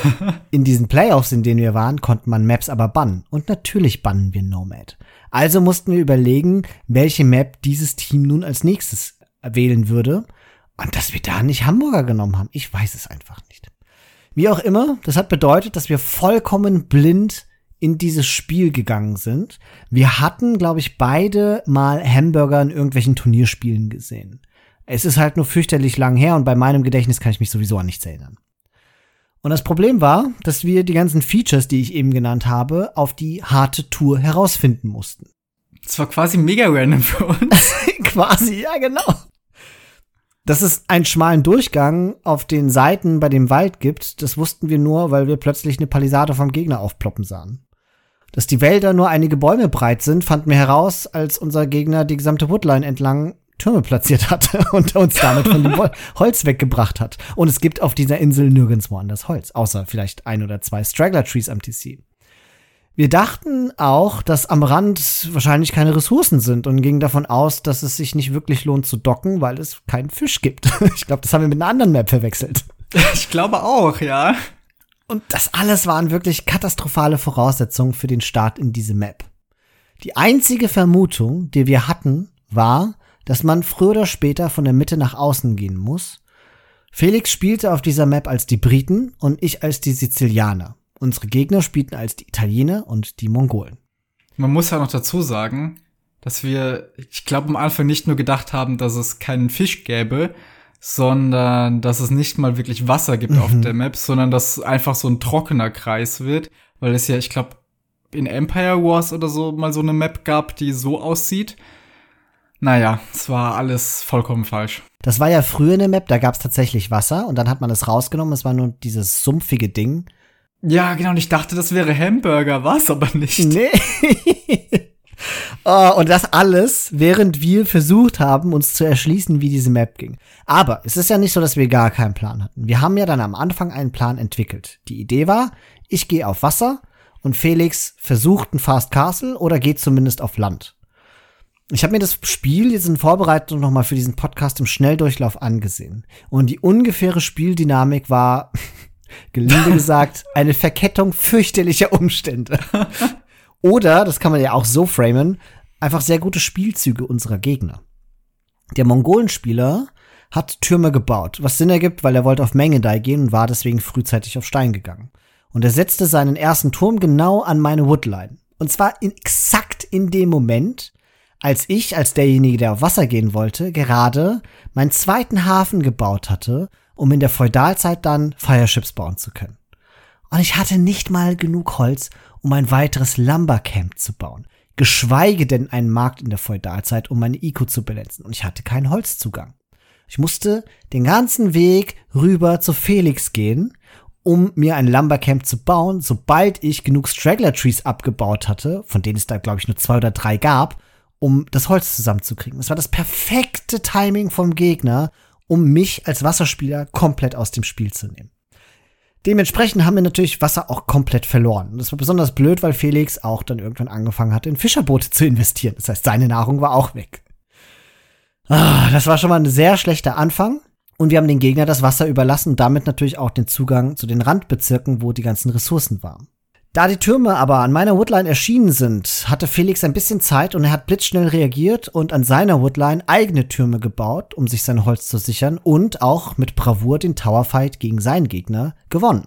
In diesen Playoffs, in denen wir waren, konnte man Maps aber bannen. Und natürlich bannen wir Nomad. Also mussten wir überlegen, welche Map dieses Team nun als nächstes wählen würde. Und dass wir da nicht Hamburger genommen haben, ich weiß es einfach nicht. Wie auch immer, das hat bedeutet, dass wir vollkommen blind in dieses Spiel gegangen sind. Wir hatten, glaube ich, beide mal Hamburger in irgendwelchen Turnierspielen gesehen. Es ist halt nur fürchterlich lang her und bei meinem Gedächtnis kann ich mich sowieso an nichts erinnern. Und das Problem war, dass wir die ganzen Features, die ich eben genannt habe, auf die harte Tour herausfinden mussten. Das war quasi mega random für uns. Quasi, ja genau. Dass es einen schmalen Durchgang auf den Seiten bei dem Wald gibt, das wussten wir nur, weil wir plötzlich eine Palisade vom Gegner aufploppen sahen. Dass die Wälder nur einige Bäume breit sind, fanden wir heraus, als unser Gegner die gesamte Woodline entlang Türme platziert hatte und uns damit von dem Holz weggebracht hat. Und es gibt auf dieser Insel nirgendwo anders Holz, außer vielleicht 1 oder 2 Straggler-Trees am TC. Wir dachten auch, dass am Rand wahrscheinlich keine Ressourcen sind und gingen davon aus, dass es sich nicht wirklich lohnt zu docken, weil es keinen Fisch gibt. Ich glaube, das haben wir mit einer anderen Map verwechselt. Ich glaube auch, ja. Und das alles waren wirklich katastrophale Voraussetzungen für den Start in diese Map. Die einzige Vermutung, die wir hatten, war, dass man früher oder später von der Mitte nach außen gehen muss. Felix spielte auf dieser Map als die Briten und ich als die Sizilianer. Unsere Gegner spielten als die Italiener und die Mongolen. Man muss ja noch dazu sagen, dass wir, ich glaube, am Anfang nicht nur gedacht haben, dass es keinen Fisch gäbe, sondern dass es nicht mal wirklich Wasser gibt auf der Map, sondern dass einfach so ein trockener Kreis wird, weil es ja, ich glaube, in Empire Wars oder so mal so eine Map gab, die so aussieht. Naja, es war alles vollkommen falsch. Das war ja früher eine Map, da gab es tatsächlich Wasser und dann hat man es rausgenommen, es war nur dieses sumpfige Ding. Ja, genau, und ich dachte, das wäre Hamburger, war's aber nicht. Nee. Oh, und das alles, während wir versucht haben, uns zu erschließen, wie diese Map ging. Aber es ist ja nicht so, dass wir gar keinen Plan hatten. Wir haben ja dann am Anfang einen Plan entwickelt. Die Idee war, ich gehe auf Wasser und Felix versucht ein Fast Castle oder geht zumindest auf Land. Ich habe mir das Spiel jetzt in Vorbereitung nochmal für diesen Podcast im Schnelldurchlauf angesehen. Und die ungefähre Spieldynamik war, gelinde gesagt, eine Verkettung fürchterlicher Umstände. Oder, das kann man ja auch so framen, einfach sehr gute Spielzüge unserer Gegner. Der Mongolenspieler hat Türme gebaut, was Sinn ergibt, weil er wollte auf Mangedai gehen und war deswegen frühzeitig auf Stein gegangen. Und er setzte seinen ersten Turm genau an meine Woodline. Und zwar exakt in dem Moment, als ich, als derjenige, der auf Wasser gehen wollte, gerade meinen zweiten Hafen gebaut hatte, um in der Feudalzeit dann Fireships bauen zu können. Und ich hatte nicht mal genug Holz, um ein weiteres Lumbercamp zu bauen. Geschweige denn einen Markt in der Feudalzeit, um meine Eco zu balancen. Und ich hatte keinen Holzzugang. Ich musste den ganzen Weg rüber zu Felix gehen, um mir ein Lumbercamp zu bauen, sobald ich genug Straggler-Trees abgebaut hatte, von denen es da, glaube ich, nur 2 oder 3 gab, um das Holz zusammenzukriegen. Das war das perfekte Timing vom Gegner, um mich als Wasserspieler komplett aus dem Spiel zu nehmen. Dementsprechend haben wir natürlich Wasser auch komplett verloren. Und das war besonders blöd, weil Felix auch dann irgendwann angefangen hat, in Fischerboote zu investieren. Das heißt, seine Nahrung war auch weg. Das war schon mal ein sehr schlechter Anfang. Und wir haben den Gegner das Wasser überlassen und damit natürlich auch den Zugang zu den Randbezirken, wo die ganzen Ressourcen waren. Da die Türme aber an meiner Woodline erschienen sind, hatte Felix ein bisschen Zeit und er hat blitzschnell reagiert und an seiner Woodline eigene Türme gebaut, um sich sein Holz zu sichern und auch mit Bravour den Towerfight gegen seinen Gegner gewonnen.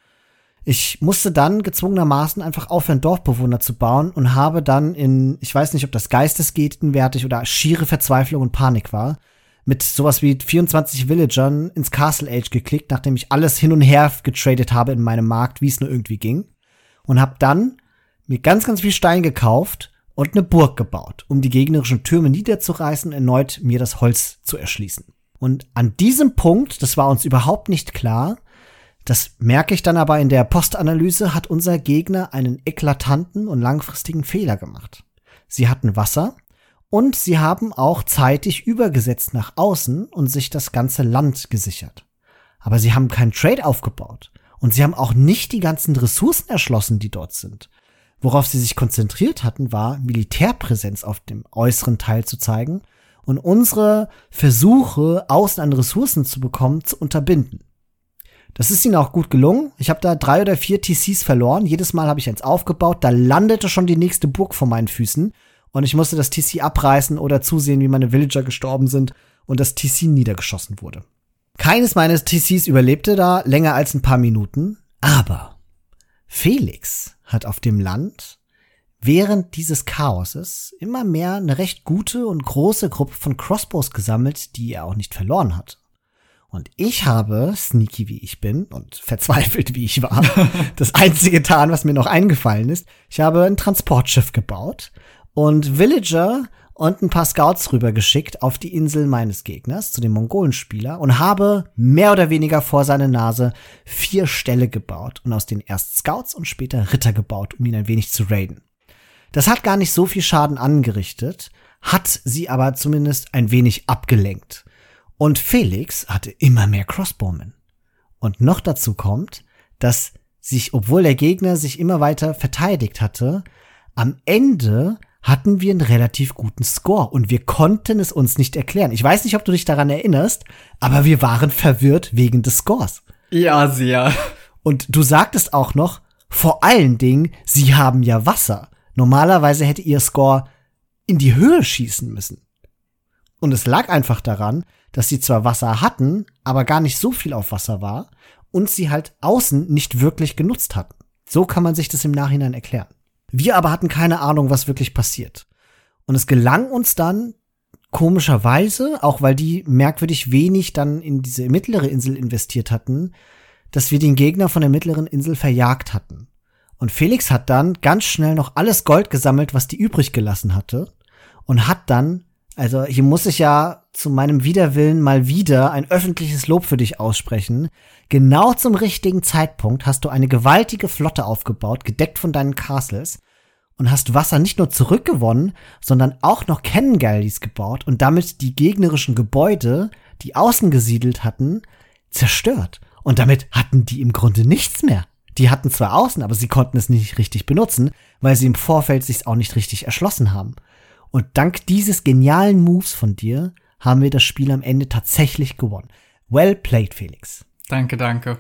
Ich musste dann gezwungenermaßen einfach aufhören, Dorfbewohner zu bauen und habe dann ich weiß nicht, ob das geistesgegenwärtig oder schiere Verzweiflung und Panik war, mit sowas wie 24 Villagern ins Castle Age geklickt, nachdem ich alles hin und her getradet habe in meinem Markt, wie es nur irgendwie ging. Und habe dann mir ganz, ganz viel Stein gekauft und eine Burg gebaut, um die gegnerischen Türme niederzureißen und erneut mir das Holz zu erschließen. Und an diesem Punkt, das war uns überhaupt nicht klar, das merke ich dann aber in der Postanalyse, hat unser Gegner einen eklatanten und langfristigen Fehler gemacht. Sie hatten Wasser und sie haben auch zeitig übergesetzt nach außen und sich das ganze Land gesichert. Aber sie haben keinen Trade aufgebaut. Und sie haben auch nicht die ganzen Ressourcen erschlossen, die dort sind. Worauf sie sich konzentriert hatten, war Militärpräsenz auf dem äußeren Teil zu zeigen und unsere Versuche, außen an Ressourcen zu bekommen, zu unterbinden. Das ist ihnen auch gut gelungen. Ich habe da 3 oder 4 TCs verloren. Jedes Mal habe ich eins aufgebaut. Da landete schon die nächste Burg vor meinen Füßen. Und ich musste das TC abreißen oder zusehen, wie meine Villager gestorben sind und das TC niedergeschossen wurde. Keines meines TCs überlebte da länger als ein paar Minuten, aber Felix hat auf dem Land während dieses Chaoses immer mehr eine recht gute und große Gruppe von Crossbows gesammelt, die er auch nicht verloren hat. Und ich habe, sneaky wie ich bin und verzweifelt wie ich war, das einzige getan, was mir noch eingefallen ist. Ich habe ein Transportschiff gebaut und Villager und ein paar Scouts rübergeschickt auf die Insel meines Gegners, zu dem Mongolenspieler, und habe mehr oder weniger vor seine Nase 4 Ställe gebaut und aus denen erst Scouts und später Ritter gebaut, um ihn ein wenig zu raiden. Das hat gar nicht so viel Schaden angerichtet, hat sie aber zumindest ein wenig abgelenkt. Und Felix hatte immer mehr Crossbowmen. Und noch dazu kommt, dass obwohl der Gegner sich immer weiter verteidigt hatte, am Ende hatten wir einen relativ guten Score und wir konnten es uns nicht erklären. Ich weiß nicht, ob du dich daran erinnerst, aber wir waren verwirrt wegen des Scores. Ja, sehr. Und du sagtest auch noch, vor allen Dingen, sie haben ja Wasser. Normalerweise hätte ihr Score in die Höhe schießen müssen. Und es lag einfach daran, dass sie zwar Wasser hatten, aber gar nicht so viel auf Wasser war und sie halt außen nicht wirklich genutzt hatten. So kann man sich das im Nachhinein erklären. Wir aber hatten keine Ahnung, was wirklich passiert. Und es gelang uns dann, komischerweise, auch weil die merkwürdig wenig dann in diese mittlere Insel investiert hatten, dass wir den Gegner von der mittleren Insel verjagt hatten. Und Felix hat dann ganz schnell noch alles Gold gesammelt, was die übrig gelassen hatte. Und hat dann, also hier muss ich ja zu meinem Widerwillen mal wieder ein öffentliches Lob für dich aussprechen. Genau zum richtigen Zeitpunkt hast du eine gewaltige Flotte aufgebaut, gedeckt von deinen Castles, und hast Wasser nicht nur zurückgewonnen, sondern auch noch Cannon Galleys gebaut und damit die gegnerischen Gebäude, die außen gesiedelt hatten, zerstört. Und damit hatten die im Grunde nichts mehr. Die hatten zwar außen, aber sie konnten es nicht richtig benutzen, weil sie im Vorfeld sich's auch nicht richtig erschlossen haben. Und dank dieses genialen Moves von dir haben wir das Spiel am Ende tatsächlich gewonnen. Well played, Felix. Danke, danke.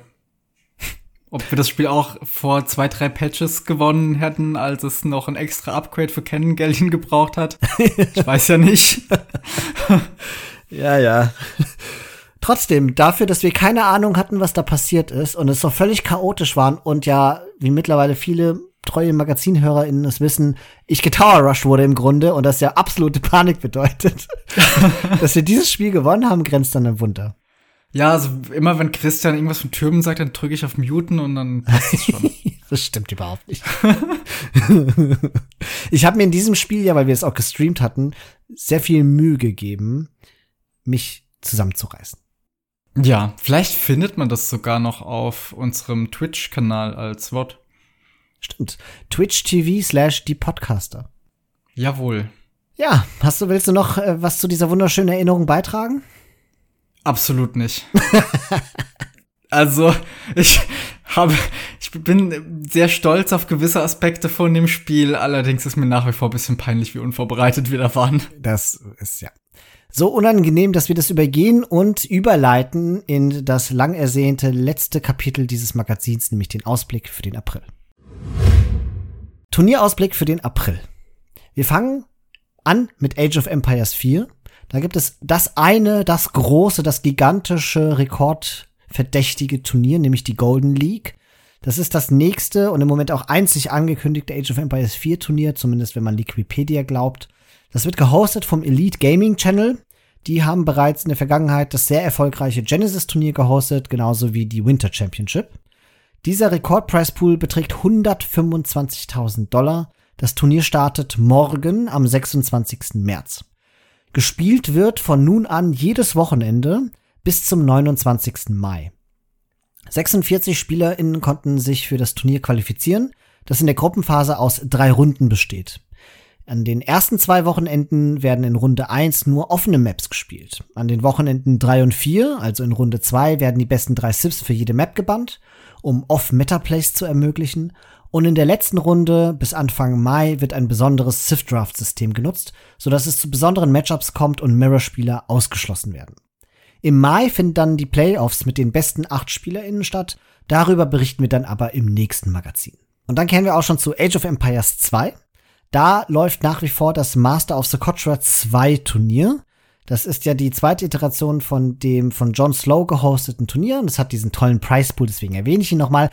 Ob wir das Spiel auch vor 2, 3 Patches gewonnen hätten, als es noch ein extra Upgrade für Cannon Galleon gebraucht hat? Ich weiß ja nicht. Ja. Trotzdem, dafür, dass wir keine Ahnung hatten, was da passiert ist und es so völlig chaotisch waren und ja, wie mittlerweile viele treue MagazinhörerInnen es wissen, ich getower-rushed wurde im Grunde und das ja absolute Panik bedeutet. Dass wir dieses Spiel gewonnen haben, grenzt dann ein Wunder. Ja, also immer wenn Christian irgendwas von Türmen sagt, dann drücke ich auf Muten und dann passt es schon. Das stimmt überhaupt nicht. Ich habe mir in diesem Spiel, ja, weil wir es auch gestreamt hatten, sehr viel Mühe gegeben, mich zusammenzureißen. Ja, vielleicht findet man das sogar noch auf unserem Twitch-Kanal als VOD. Stimmt. Twitch TV/die-Podcaster. Jawohl. Ja, willst du noch was zu dieser wunderschönen Erinnerung beitragen? Absolut nicht. Also, ich bin sehr stolz auf gewisse Aspekte von dem Spiel, allerdings ist mir nach wie vor ein bisschen peinlich, wie unvorbereitet wir da waren. Das ist ja so unangenehm, dass wir das übergehen und überleiten in das lang ersehnte letzte Kapitel dieses Magazins, nämlich den Ausblick für den April. Turnierausblick für den April. Wir fangen an mit Age of Empires 4. Da gibt es das große, das gigantische, rekordverdächtige Turnier, nämlich die Golden League. Das ist das nächste und im Moment auch einzig angekündigte Age of Empires 4 Turnier, zumindest wenn man Wikipedia glaubt. Das wird gehostet vom Elite Gaming Channel. Die haben bereits in der Vergangenheit das sehr erfolgreiche Genesis-Turnier gehostet, genauso wie die Winter Championship. Dieser Rekordpreispool beträgt $125.000. Das Turnier startet morgen am 26. März. Gespielt wird von nun an jedes Wochenende bis zum 29. Mai. 46 SpielerInnen konnten sich für das Turnier qualifizieren, das in der Gruppenphase aus 3 Runden besteht. An den ersten 2 Wochenenden werden in Runde 1 nur offene Maps gespielt. An den Wochenenden 3 und 4, also in Runde 2, werden die besten 3 Civs für jede Map gebannt, um Off-Meta-Plays zu ermöglichen. Und in der letzten Runde bis Anfang Mai wird ein besonderes Civ-Draft-System genutzt, sodass es zu besonderen Matchups kommt und Mirror-Spieler ausgeschlossen werden. Im Mai finden dann die Playoffs mit den besten 8 SpielerInnen statt. Darüber berichten wir dann aber im nächsten Magazin. Und dann kehren wir auch schon zu Age of Empires 2. Da läuft nach wie vor das Master of Socotra 2 Turnier. Das ist ja die zweite Iteration von dem von John Slow gehosteten Turnier. Und es hat diesen tollen Pricepool, deswegen erwähne ich ihn nochmal.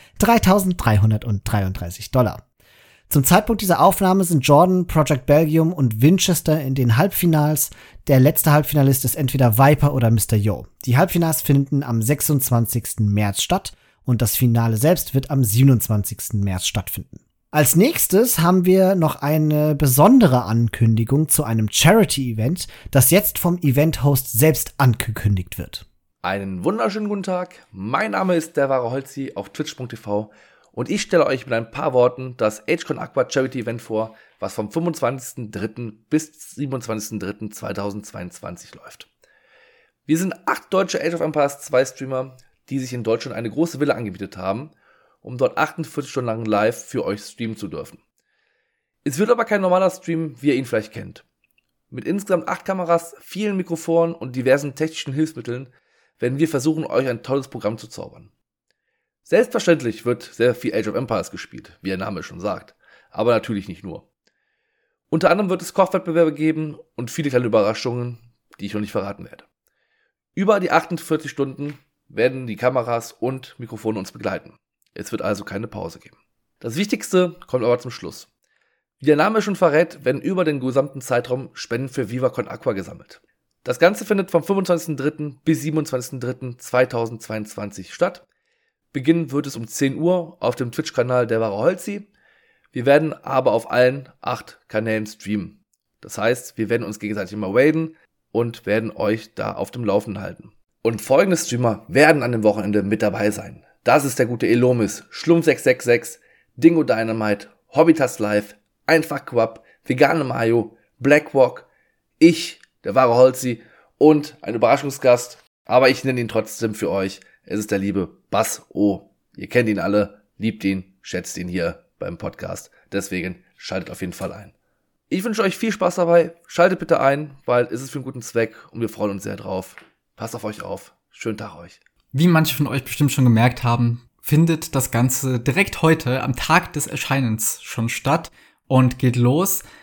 $3.333. Zum Zeitpunkt dieser Aufnahme sind Jordan, Project Belgium und Winchester in den Halbfinals. Der letzte Halbfinalist ist entweder Viper oder Mr. Yo. Die Halbfinals finden am 26. März statt und das Finale selbst wird am 27. März stattfinden. Als nächstes haben wir noch eine besondere Ankündigung zu einem Charity-Event, das jetzt vom Event-Host selbst angekündigt wird. Einen wunderschönen guten Tag. Mein Name ist der wahre Holzi auf twitch.tv und ich stelle euch mit ein paar Worten das AgeCon Aqua Charity Event vor, was vom 25.03. bis 27.03.2022 läuft. Wir sind 8 deutsche Age of Empires 2 Streamer, die sich in Deutschland eine große Villa angebietet haben, um dort 48 Stunden lang live für euch streamen zu dürfen. Es wird aber kein normaler Stream, wie ihr ihn vielleicht kennt. Mit insgesamt 8 Kameras, vielen Mikrofonen und diversen technischen Hilfsmitteln werden wir versuchen, euch ein tolles Programm zu zaubern. Selbstverständlich wird sehr viel Age of Empires gespielt, wie der Name schon sagt, aber natürlich nicht nur. Unter anderem wird es Kochwettbewerbe geben und viele kleine Überraschungen, die ich noch nicht verraten werde. Über die 48 Stunden werden die Kameras und Mikrofone uns begleiten. Es wird also keine Pause geben. Das Wichtigste kommt aber zum Schluss. Wie der Name schon verrät, werden über den gesamten Zeitraum Spenden für VivaCon Aqua gesammelt. Das Ganze findet vom 25.03. bis 27.03.2022 statt. Beginnen wird es um 10 Uhr auf dem Twitch-Kanal der wahre Holzi. Wir werden aber auf allen 8 Kanälen streamen. Das heißt, wir werden uns gegenseitig immer raiden und werden euch da auf dem Laufenden halten. Und folgende Streamer werden an dem Wochenende mit dabei sein. Das ist der gute Elomis, Schlumm666, Dingo Dynamite, Hobbytas Live, Einfach Quab, Vegane Mayo, Blackwalk, ich, der wahre Holzi und ein Überraschungsgast, aber ich nenne ihn trotzdem für euch. Es ist der liebe Bass O. Ihr kennt ihn alle, liebt ihn, schätzt ihn hier beim Podcast. Deswegen schaltet auf jeden Fall ein. Ich wünsche euch viel Spaß dabei. Schaltet bitte ein, weil es ist für einen guten Zweck und wir freuen uns sehr drauf. Passt auf euch auf. Schönen Tag euch. Wie manche von euch bestimmt schon gemerkt haben, findet das Ganze direkt heute am Tag des Erscheinens schon statt und geht los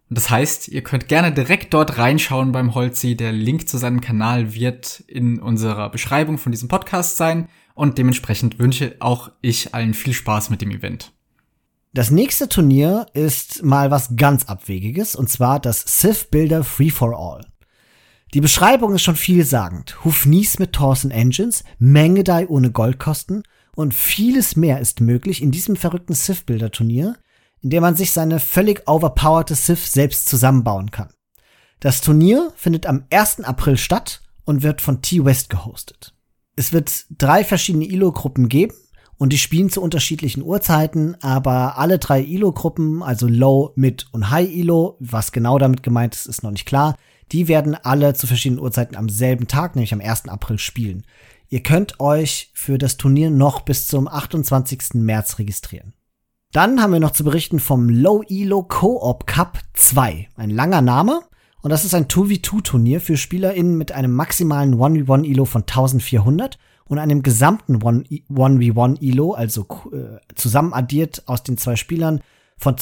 Das heißt, ihr könnt gerne direkt dort reinschauen beim Holzi. Der Link zu seinem Kanal wird in unserer Beschreibung von diesem Podcast sein. Und dementsprechend wünsche auch ich allen viel Spaß mit dem Event. Das nächste Turnier ist mal was ganz Abwegiges, und zwar das Civ Builder Free for All. Die Beschreibung ist schon vielsagend. Hufnies mit Torsen Engines, Mengedai ohne Goldkosten und vieles mehr ist möglich in diesem verrückten Civ Builder Turnier, in dem man sich seine völlig overpowerte Civ selbst zusammenbauen kann. Das Turnier findet am 1. April statt und wird von T-West gehostet. Es wird 3 verschiedene ILO-Gruppen geben und die spielen zu unterschiedlichen Uhrzeiten, aber alle 3 ILO-Gruppen, also Low, Mid und High ILO, was genau damit gemeint ist, ist noch nicht klar, die werden alle zu verschiedenen Uhrzeiten am selben Tag, nämlich am 1. April spielen. Ihr könnt euch für das Turnier noch bis zum 28. März registrieren. Dann haben wir noch zu berichten vom Low Elo Co-op Cup 2. Ein langer Name. Und das ist ein 2v2-Turnier für SpielerInnen mit einem maximalen 1v1-Elo von 1400 und einem gesamten 1v1-Elo, also zusammen addiert aus den 2 Spielern, von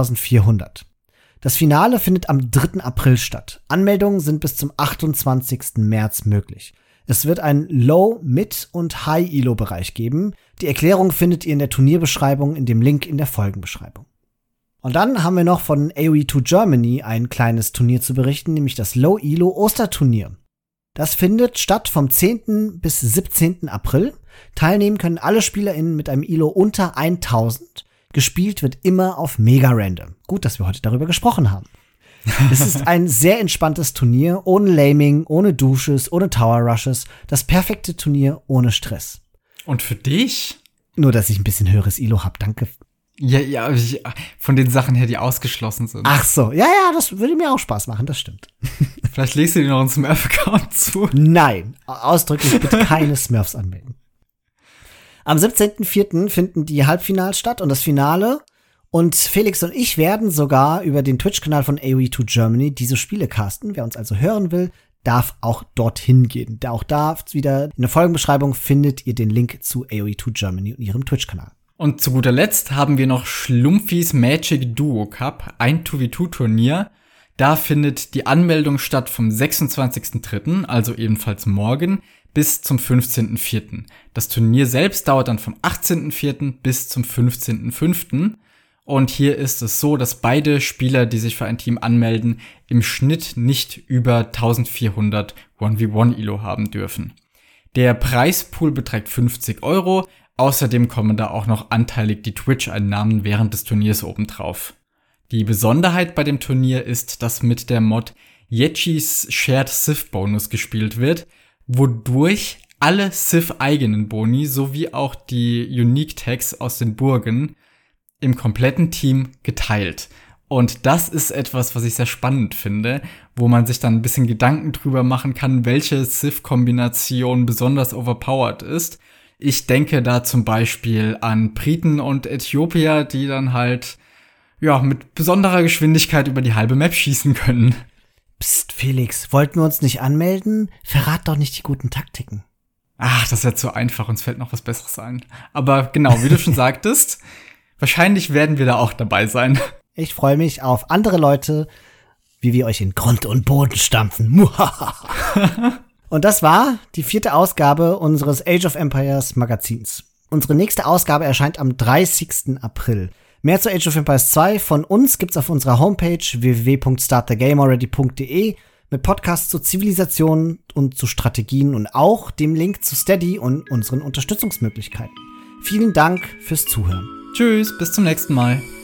2400. Das Finale findet am 3. April statt. Anmeldungen sind bis zum 28. März möglich. Es wird einen Low-, Mid- und High-Elo-Bereich geben. Die Erklärung findet ihr in der Turnierbeschreibung in dem Link in der Folgenbeschreibung. Und dann haben wir noch von AOE2 Germany ein kleines Turnier zu berichten, nämlich das Low-Elo Osterturnier. Das findet statt vom 10. bis 17. April. Teilnehmen können alle SpielerInnen mit einem Elo unter 1000. Gespielt wird immer auf Mega Random. Gut, dass wir heute darüber gesprochen haben. Es ist ein sehr entspanntes Turnier, ohne Laming, ohne Dusches, ohne Tower Rushes. Das perfekte Turnier ohne Stress. Und für dich? Nur, dass ich ein bisschen höheres Elo hab, danke. Ja, von den Sachen her, die ausgeschlossen sind. Ach so, ja, das würde mir auch Spaß machen, das stimmt. Vielleicht legst du dir noch einen Smurf-Account zu. Nein, ausdrücklich bitte keine Smurfs anmelden. Am 17.04. finden die Halbfinals statt und das Finale. Und Felix und ich werden sogar über den Twitch-Kanal von AOE2 Germany diese Spiele casten. Wer uns also hören will, darf auch dorthin gehen. Auch da wieder in der Folgenbeschreibung findet ihr den Link zu AOE2 Germany und ihrem Twitch-Kanal. Und zu guter Letzt haben wir noch Schlumpfis Magic Duo Cup, ein 2v2-Turnier. Da findet die Anmeldung statt vom 26.03., also ebenfalls morgen, bis zum 15.04. Das Turnier selbst dauert dann vom 18.04. bis zum 15.05. Und hier ist es so, dass beide Spieler, die sich für ein Team anmelden, im Schnitt nicht über 1400 1v1 Elo haben dürfen. Der Preispool beträgt 50 €. Außerdem kommen da auch noch anteilig die Twitch-Einnahmen während des Turniers obendrauf. Die Besonderheit bei dem Turnier ist, dass mit der Mod Yechis Shared Civ Bonus gespielt wird, wodurch alle Civ-eigenen Boni sowie auch die Unique Tags aus den Burgen im kompletten Team geteilt. Und das ist etwas, was ich sehr spannend finde, wo man sich dann ein bisschen Gedanken drüber machen kann, welche Civ-Kombination besonders overpowered ist. Ich denke da zum Beispiel an Briten und Äthiopier, die dann halt mit besonderer Geschwindigkeit über die halbe Map schießen können. Psst, Felix, wollten wir uns nicht anmelden? Verrat doch nicht die guten Taktiken. Ach, das ist ja zu einfach, uns fällt noch was Besseres ein. Aber genau, wie du schon sagtest, wahrscheinlich werden wir da auch dabei sein. Ich freue mich auf andere Leute, wie wir euch in Grund und Boden stampfen. Und das war die 4. Ausgabe unseres Age of Empires Magazins. Unsere nächste Ausgabe erscheint am 30. April. Mehr zu Age of Empires 2 von uns gibt's auf unserer Homepage www.startthegamealready.de mit Podcasts zu Zivilisationen und zu Strategien und auch dem Link zu Steady und unseren Unterstützungsmöglichkeiten. Vielen Dank fürs Zuhören. Tschüss, bis zum nächsten Mal.